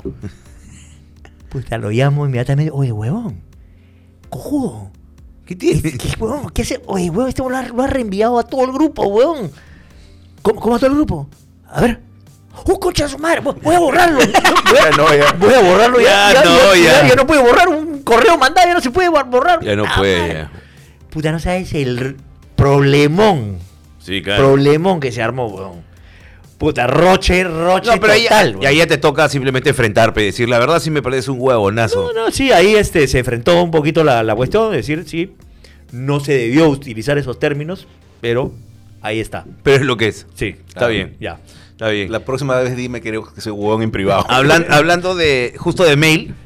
Puta, lo llamo inmediatamente, oye, huevón, cojudo. ¿Qué tiene? ¿Qué, qué, huevón? ¿Qué hace? Oye, huevón, este huevón lo ha, lo ha reenviado a todo el grupo, huevón. ¿Cómo, cómo a todo el grupo? A ver. ¡Uh, concha de su madre! Voy voy a borrarlo. Voy a, Ya no, ya. voy a borrarlo ya. Ya no, ya. ya no puedo borrar un correo mandado, ya no se puede bor- borrar. Ya no Ah, puede, madre. ya. Puta, no sabes el r- problemón. Sí, claro. Problemón que se armó, huevón. Puta, roche, roche No, pero ahí, total, y huevón. ahí ya te toca simplemente enfrentarte y decir, la verdad sí me parece un huevonazo. No, no, sí, ahí este, se enfrentó un poquito la, la cuestión, de decir, sí, no se debió utilizar esos términos, pero ahí está. Pero es lo que es. Sí, Está bien. Ya. Está bien. La próxima vez dime que creo que soy huevón en privado. Hablan- hablando de justo de mail,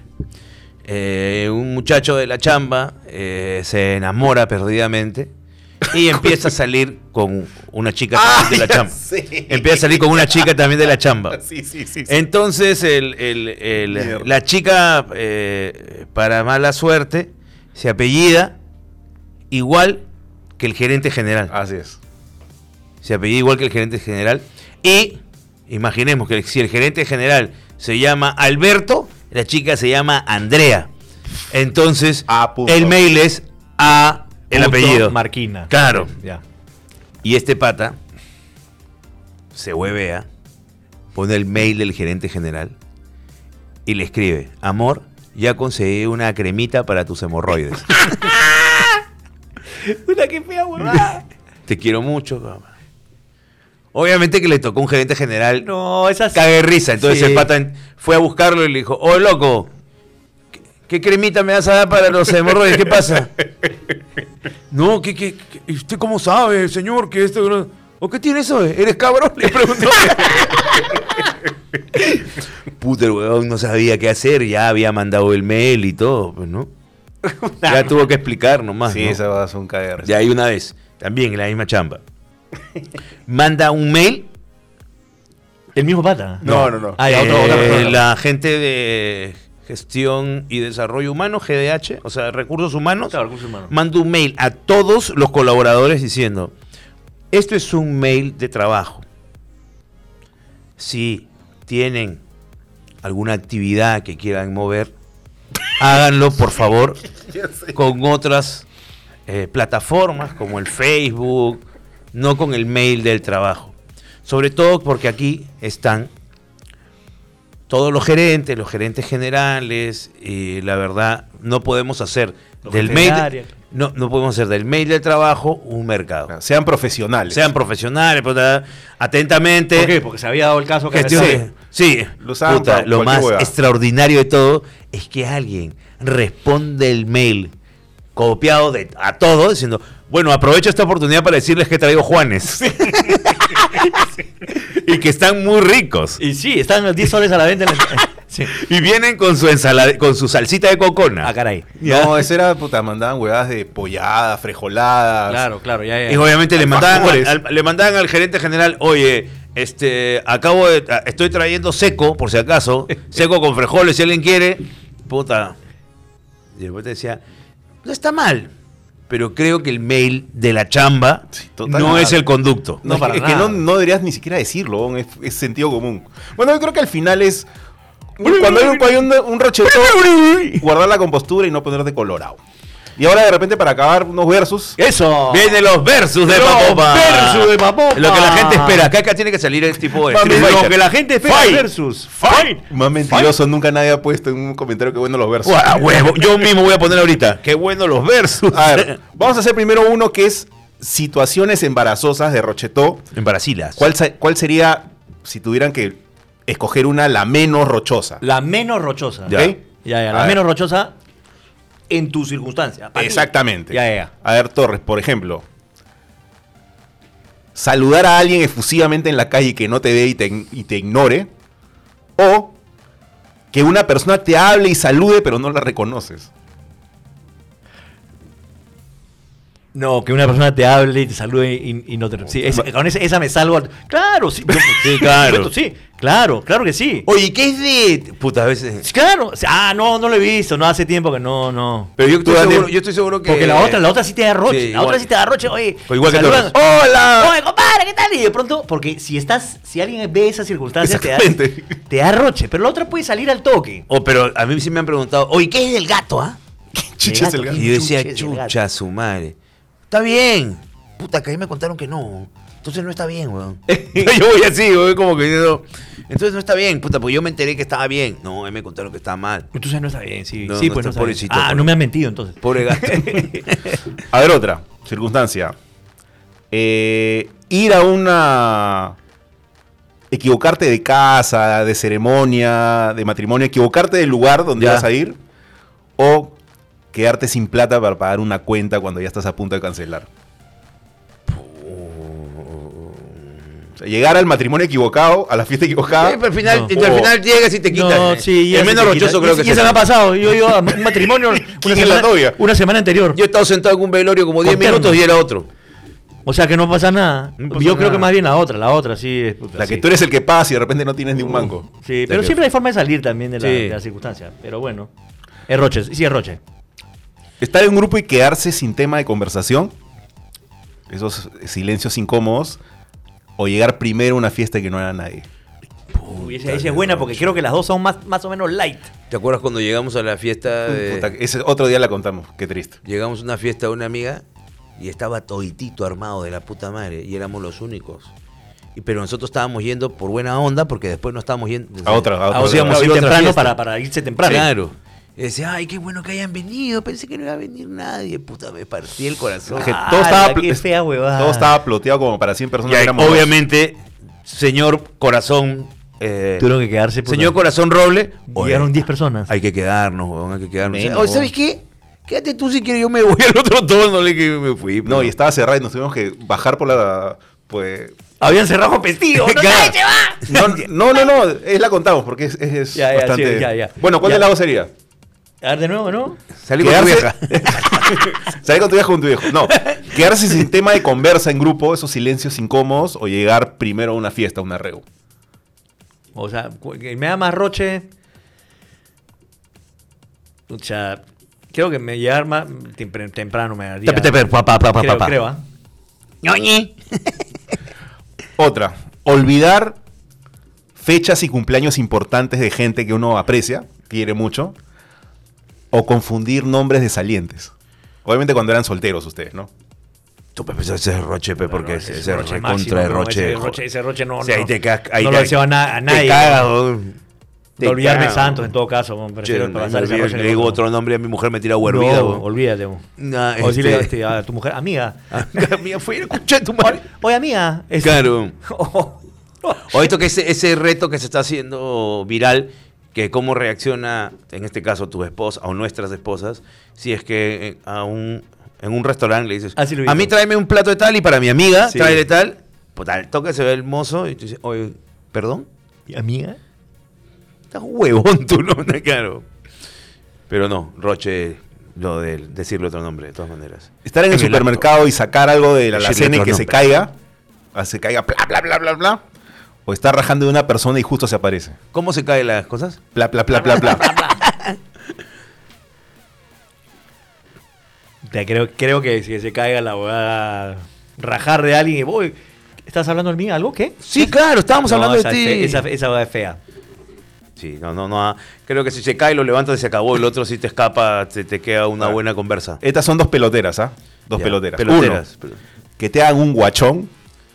eh, un muchacho de la chamba eh, se enamora perdidamente y empieza a salir con una chica Ah, también de la ya chamba. sé. Empieza a salir con una chica también de la chamba. Sí, sí, sí. sí. Entonces el- el- el- Mierda. la chica, eh, para mala suerte, se apellida igual que el gerente general. Así es. Se apellida igual que el gerente general. Y imaginemos que si el gerente general se llama Alberto, la chica se llama Andrea. Entonces, A punto. el mail es A, el Punto apellido. Marquina. Claro. Ya. Y este pata se huevea, pone el mail del gerente general y le escribe: amor, ya conseguí una cremita para tus hemorroides. Puta, qué fea huevada. Te quiero mucho. Mamá. Obviamente que le tocó un gerente general. No, esas. Cague de risa. Entonces Sí. el pata en- fue a buscarlo y le dijo: oh, loco, ¿qué, qué cremita me vas a dar para los hemorroides? ¿Qué pasa? No, ¿qué, qué, qué- ¿usted cómo sabe, señor, que esto... no-?" ¿O qué tienes hoy? ¿Eres cabrón? Le preguntó. Puta, el huevón no sabía qué hacer, ya había mandado el mail y todo, pues, ¿no? Ya tuvo que explicar nomás, Sí, ¿no? esa va a ser un caer. Ya hay una vez, también en la misma chamba. Manda un mail. ¿El mismo pata? No, no, no. Ah, ya, eh, otro- otra persona. la gente de Gestión y Desarrollo Humano, G D H, o sea, Recursos Humanos, Claro, recursos humanos. manda un mail a todos los colaboradores diciendo, esto es un mail de trabajo. Si tienen alguna actividad que quieran mover, háganlo, por favor, con otras eh, plataformas como el Facebook, no con el mail del trabajo. Sobre todo porque aquí están todos los gerentes, los gerentes generales, y la verdad no podemos hacer Los del jefes de mail, área. no, no podemos hacer del mail del trabajo un mercado. Claro, sean profesionales. Sean profesionales, puta, atentamente. ¿Por qué? Porque se había dado el caso que Gestión- Sí. sí, Lo usaban puta, para lo cualquier más huevada. extraordinario de todo es que alguien responde el mail copiado de, a todo diciendo, bueno, aprovecho esta oportunidad para decirles que traigo Juanes. Y que están muy ricos. Y sí, están los diez soles a la venta. En la... sí. Y vienen con su ensalada, con su salsita de cocona. Ah, caray. No, ese era, puta, mandaban huevadas de pollada, frejoladas. Claro, claro, ya, ya. Y obviamente le mandaban, Alfajores. al, al- le mandaban al gerente general, oye, este, acabo de, a- estoy trayendo seco, por si acaso, seco con frijoles, si alguien quiere, puta. Y después te decía, no está mal, pero creo que el mail de la chamba Sí, total. no es el conducto. No, No, para es que nada. no, no deberías ni siquiera decirlo, weón, es, es sentido común. Bueno, yo creo que al final es. Cuando hay un, cuando hay un, un rochetón, guardar la compostura y no ponerte colorado. Y ahora de repente para acabar unos versus. ¡Eso! Vienen los versus de Los Papopa. versus de Papopa. Lo que la gente espera. Acá, acá tiene que salir el tipo de Mami, Street lo Fighter. Lo que la gente espera Fight. versus. Fight. Más mentiroso, nunca nadie ha puesto en un comentario que bueno los versus. Guau, huevo, yo mismo voy a poner ahorita. Qué bueno los versus. A ver, vamos a hacer primero uno que es situaciones embarazosas de Rochetó. En Brasilas. ¿Cuál, se- cuál sería, si tuvieran que escoger una, la menos rochosa? La menos rochosa. Ya. ¿Ok? Ya, ya. A La ver. menos rochosa en tu circunstancia. para ti. Exactamente. Ya, ya, ya. A ver, Torres, por ejemplo. Saludar a alguien efusivamente en la calle que no te ve y te, y te ignore. O que una persona te hable y salude pero no la reconoces. No, que una persona te hable y te salude y, y no te... Sí, esa, con esa, esa me salvo. Claro, sí. Sí, claro. Sí, claro, claro que sí. Oye, ¿qué es de...? Puta, a veces... Claro. Ah, no, no lo he visto. No, hace tiempo que no, no. Pero yo estoy, Tú, Daniel, seguro, yo estoy seguro que... Porque la otra, la otra sí te da roche. Sí, la igual. otra sí te da roche. Oye, Pues igual que saludan, Torres. ¡Hola! Oye, compadre, ¿qué tal? Y de pronto, porque si estás, si alguien ve esas circunstancias, te da, Exactamente. te da roche. Pero la otra puede salir al toque. Oh, pero a mí sí me han preguntado, oye, ¿qué es del gato, ah? Chucha es el gato. gato. Y yo decía, Chucha es el gato. chucha, su madre. Está bien. Puta, que ahí me contaron que no. Entonces no está bien, weón. Yo voy así, weón, como que yo... Entonces no está bien, puta, porque yo me enteré que estaba bien. No, ahí me contaron que estaba mal. Entonces no está bien, sí. No, sí, no pues está no está bien. pobrecito, Ah, pobre. no me han mentido entonces. Pobre gato. A ver, otra circunstancia. Eh, ir a una... Equivocarte de casa, de ceremonia, de matrimonio, equivocarte del lugar donde Ya. vas a ir. O quedarte sin plata para pagar una cuenta cuando ya estás a punto de cancelar. O sea, llegar al matrimonio equivocado, a la fiesta equivocada. Sí, pero al final, No. y al final llegas y te quitas. No, eh. sí, ya el se menos te quita. rochoso creo Y- que y eso me ha pasado. Yo iba a un matrimonio una ¿Quién es la semana, novia? una semana anterior. Yo he estado sentado en un velorio como diez Con terno. minutos y era otro. O sea que no pasa nada. No pasa Yo creo nada. que más bien la otra, la otra sí es puta, La que sí. tú eres el que pasa y de repente no tienes ni un mango. Sí, pero que- siempre hay forma de salir también de la, Sí. de la circunstancia. Pero bueno. Es roche, sí es roche. Estar en un grupo y quedarse sin tema de conversación. Esos silencios incómodos. O llegar primero a una fiesta que no era nadie. Uy, esa, esa es buena porque creo que las dos son más, más o menos light. ¿Te acuerdas cuando llegamos a la fiesta de... Puta, ese otro día la contamos. Qué triste. Llegamos a una fiesta de una amiga y estaba toditito armado de la puta madre y éramos los únicos. Y, pero nosotros estábamos yendo por buena onda porque después no estábamos yendo... A otra, a otra. Nos íbamos Claro, a ir ir a otra temprano fiesta. para, para irse temprano. Claro. Y decía, ay, qué bueno que hayan venido. Pensé que no iba a venir nadie. Puta, me partí el corazón. Que Ah, todo, estaba, la qué fea huevada. todo estaba ploteado como para cien personas. Y ahí, éramos dos. obviamente, señor corazón... eh, Tuvieron que quedarse. puta. señor corazón roble... Llegaron oye, diez personas. hay que quedarnos, weón, hay que quedarnos. Menos, Oye, ¿sabes qué? Quédate tú si quieres, yo me voy al otro tono. Le que me fui. No, y estaba cerrado y nos tuvimos que bajar por la pues... Habían cerrado con Pestillo. ¡No, Claro. se va! No, no, no, no, es la contamos porque es, es- es Ya, ya, bastante... sí, ya, ya. Bueno, ¿cuál Ya. de las dos sería? A ver, de nuevo, ¿no? Salí con tu vieja. Salir con tu vieja o con tu viejo. No, quedarse sin tema de conversa en grupo, esos silencios incómodos, o llegar primero a una fiesta, a un arreo. O sea, cu- que me da más roche. O sea, creo que me llegar más tem- temprano me daría. Tepe, tepe, pa, pa, pa, pa, Creo, pa. creo, ¿ah? Ñoñi. Otra, olvidar fechas y cumpleaños importantes de gente que uno aprecia, quiere mucho, o confundir nombres de salientes. Obviamente cuando eran solteros ustedes, ¿no? Tú, Pepe, ese es Roche, Pepe, porque No, ese ese es Roche el máximo, contra de no, Roche. ese Roche- ese Roche no- Sí, ahí no- te cagas- ahí no te- lo deseo a na- a nadie, Te cagas, ¿no? weón. De Te olvidarme cagas, Santos, weón. en todo caso. weón, Che, Prefiero me pasar ese olvidé, Roche que le digo otro. otro nombre a mi mujer, me tira huervida, No, weón. olvídate. weón. Nah, O si le este- este, a tu mujer, amiga. Mía, fue ir a escuchar a tu madre. Oye, amiga. es- Claro. Oh, oh. O esto que ese, ese reto que se está haciendo viral, que cómo reacciona, en este caso, tu esposa o nuestras esposas, si es que eh, a un, en un restaurante le dices, Así lo a mí hizo. tráeme un plato de tal y para mi amiga, Sí. tráele tal. Pues al toque se ve el mozo y tú dices, oye, ¿perdón? ¿Y amiga? Estás huevón tú, ¿no? Claro. Pero no, Roche, lo de decirle otro nombre, de todas maneras. Estar en el En el supermercado y sacar algo de la Decirle alacena y otro que se nombre. caiga, ah, se caiga, bla, bla, bla, bla, bla, o estar rajando de una persona y justo se aparece. ¿Cómo se caen las cosas? Bla, bla, bla, bla, bla. Te creo, creo que si se caiga la voy a rajar de alguien y voy. ¿Estás hablando de mí? ¿Algo? ¿Qué? Sí, claro, estábamos No, hablando esa de ti. es fe- esa, esa hueá es fea. Sí, no, no, no. ah, Creo que si se cae, lo levantas y se acabó. El otro, si te escapa, te, te queda una Ah. buena conversa. Estas son dos peloteras, ¿ah? Dos Ya, peloteras. peloteras. Uno, que te hagan un guachón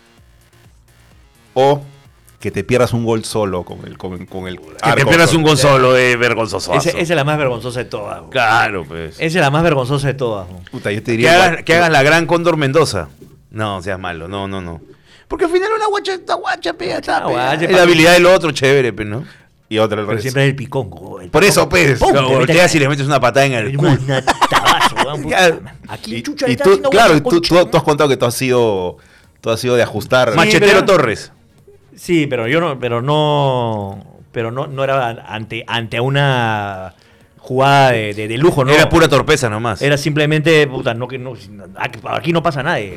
o que te pierdas un gol solo con el con, con el Que te pierdas un gol solo de vergonzoso. Esa, esa es la más vergonzosa de todas. weón. Claro, pues. Esa es la más vergonzosa de todas. weón. Puta, yo te Que diría hagas, gua- que hagas la gran Cóndor Mendoza. No, seas malo. No, no, no. Porque al final una guacha está guacha, pega, está. Una pega. guacha, Es pa- la habilidad del otro, chévere, pues, ¿no? y otra al Pero revés. siempre es el picón. weón, el Por eso, picón. pues, ¡Pum! Lo Te volteas mete- y le metes una patada en el un culo. tabazo, weón, puta. Claro. Aquí Y, chucha y le está tú, haciendo claro, y guacha, tú, concha. tú- tú has contado que tú has sido tú has sido de ajustar. Sí, Machetero pero- Torres. Sí, pero yo no, pero no, pero no, no era ante, ante una jugada de, de- de lujo, ¿no? Era pura torpeza nomás. Era simplemente, puta, no que no, aquí, aquí no pasa nadie.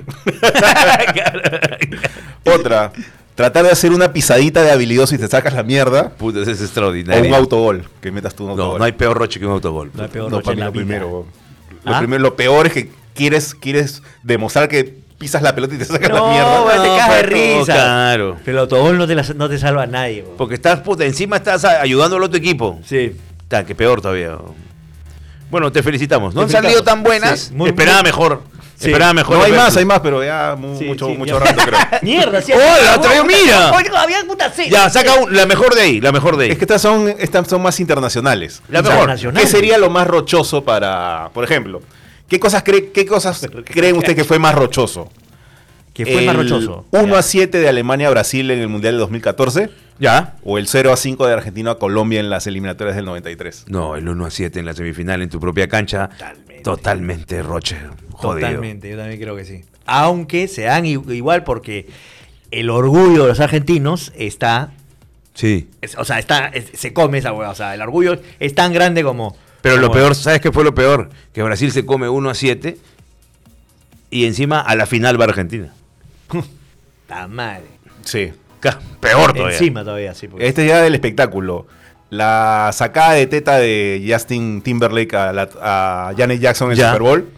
Otra, tratar de hacer una pisadita de habilidoso y te sacas la mierda. Puta, ese es O extraordinario. un autogol, que metas tú un autogol. No, no hay peor roche que un autogol. No hay peor No, noche para en mí la lo vida. primero. weón. Lo, ¿Ah? primero, lo peor es que quieres, quieres demostrar que pisas la pelota y te sacas No, la mierda. weón, te cagas de pero- risa. Claro. Pero el autogol no te, la- no te salva a nadie. weón. Porque estás, puta, encima estás a- ayudando al otro equipo. Sí. Está, que peor todavía. Bueno, te felicitamos. No Te han salido felicitamos. tan buenas. Sí, muy- Esperaba muy- mejor. Sí. Esperaba mejor. No hay el más, versus. hay más, pero ya mu- Sí, mucho, sí, mucho ya. rato creo. Mierda, sí. ¡Oh, la traigo, mira! Oye, todavía puta sí. Ya, saca un- la mejor de ahí, la mejor de ahí. Es que estas son, estas son más internacionales. La mejor. Internacional. ¿Qué sería lo más rochoso para, por ejemplo, qué cosas, cree, qué cosas creen ustedes que fue más rochoso? Que fue más ¿El rochoso. uno Ya. a siete de Alemania a Brasil en el Mundial de dos mil catorce ¿Ya? o el cero a cinco de Argentina a Colombia en las eliminatorias del noventa y tres. No, el uno a siete en la semifinal en tu propia cancha. Totalmente. Totalmente roche. Jodido. Totalmente, yo también creo que sí. Aunque se dan i- igual porque el orgullo de los argentinos está, Sí. es- o sea, está, es- se come esa hueá, o sea, el orgullo es tan grande como... Pero lo como- peor, ¿sabes qué fue lo peor? Que Brasil se come uno a siete y encima a la final va Argentina. ¡Ta madre! Sí. Ca- Peor todavía. Encima todavía, sí. porque- Este ya del espectáculo. La sacada de teta de Justin Timberlake a, la- a Janet Jackson en el Ya. Super Bowl.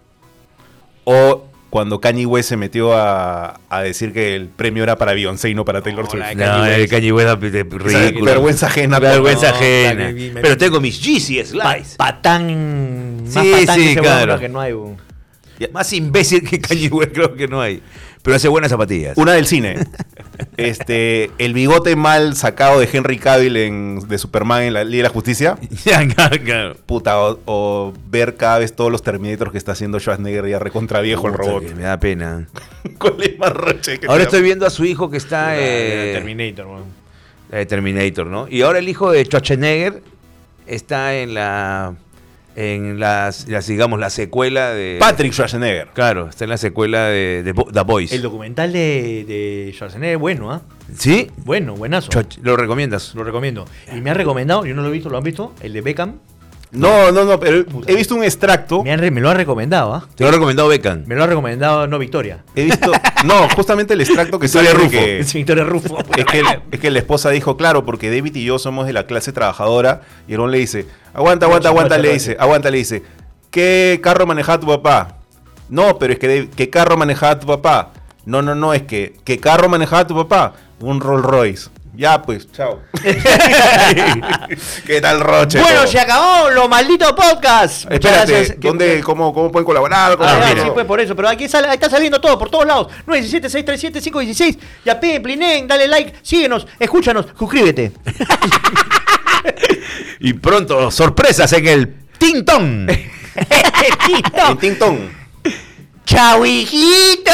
O cuando Kanye West se metió a, a decir que el premio era para Beyoncé y no para Taylor No, Swift. la de No, Kanye el West. Kanye West es Esa ridículo. vergüenza ajena. Vergüenza No, ajena. la que vi, me- Pero tengo mis Yeezy Pa- Slice. patán... Más Sí, patán sí, que ese claro. huevón que no hay, huevón. Más imbécil que Kanye West creo que no hay. Pero hace buenas zapatillas. Una del cine. Este, el bigote mal sacado de Henry Cavill en, de Superman en la Liga de la Justicia. Ya, claro, claro. Puta, o, o ver cada vez todos los Terminators que está haciendo Schwarzenegger ya recontra viejo el Puta, robot. que me da pena. ¿Cuál es más roche que Ahora te- estoy viendo a su hijo que está... La de eh, Terminator, huevón. eh, Terminator, ¿no? Y ahora el hijo de Schwarzenegger está en la en las, las, digamos, la secuela de... Patrick Schwarzenegger. Claro, está en la secuela de, de Bo- The Boys. El documental de, de Schwarzenegger es bueno, ¿ah? ¿Sí? Bueno, buenazo. Choch, ¿lo recomiendas? Lo recomiendo. Y me han recomendado, yo no lo he visto, ¿lo han visto? El de Beckham. No, no, no, pero he visto un extracto. Me, han, re- me lo han recomendado, ¿ah? Te lo ha recomendado Beckham. Me lo ha recomendado No Victoria. He visto. No, justamente el extracto que Victoria sale de Rufo. que- Es Victoria Rufo. Es que, es que la esposa dijo, claro, porque David y yo somos de la clase trabajadora. Y Aaron le dice, aguanta, aguanta, aguanta, le dice, aguanta, le dice, ¿qué carro manejaba tu papá? No, pero es que, David, ¿qué carro manejaba tu papá? No, no, no, es que, ¿qué carro manejaba tu papá? Un Rolls Royce. Ya, pues, chao. ¿Qué tal, Roche? Bueno, ¿Cómo? se acabó los malditos podcasts. Muchas Espérate, gracias. ¿dónde, cómo, ¿cómo pueden colaborar? ¿Cómo- Ah, mira. sí, pues por eso, pero aquí sale, ahí está saliendo todo, por todos lados. nueve uno siete, seis tres siete, cinco uno seis. Ya pe, plinen, dale like, síguenos, escúchanos, suscríbete. Y pronto, sorpresas en el Tintón. En Tintón. Chau, hijito.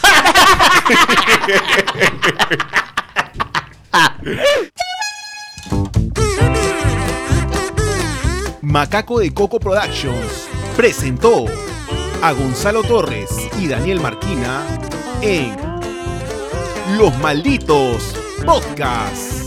Macaco de Coco Productions presentó a Gonzalo Torres y Daniel Marquina en Los Malditos Podcasts.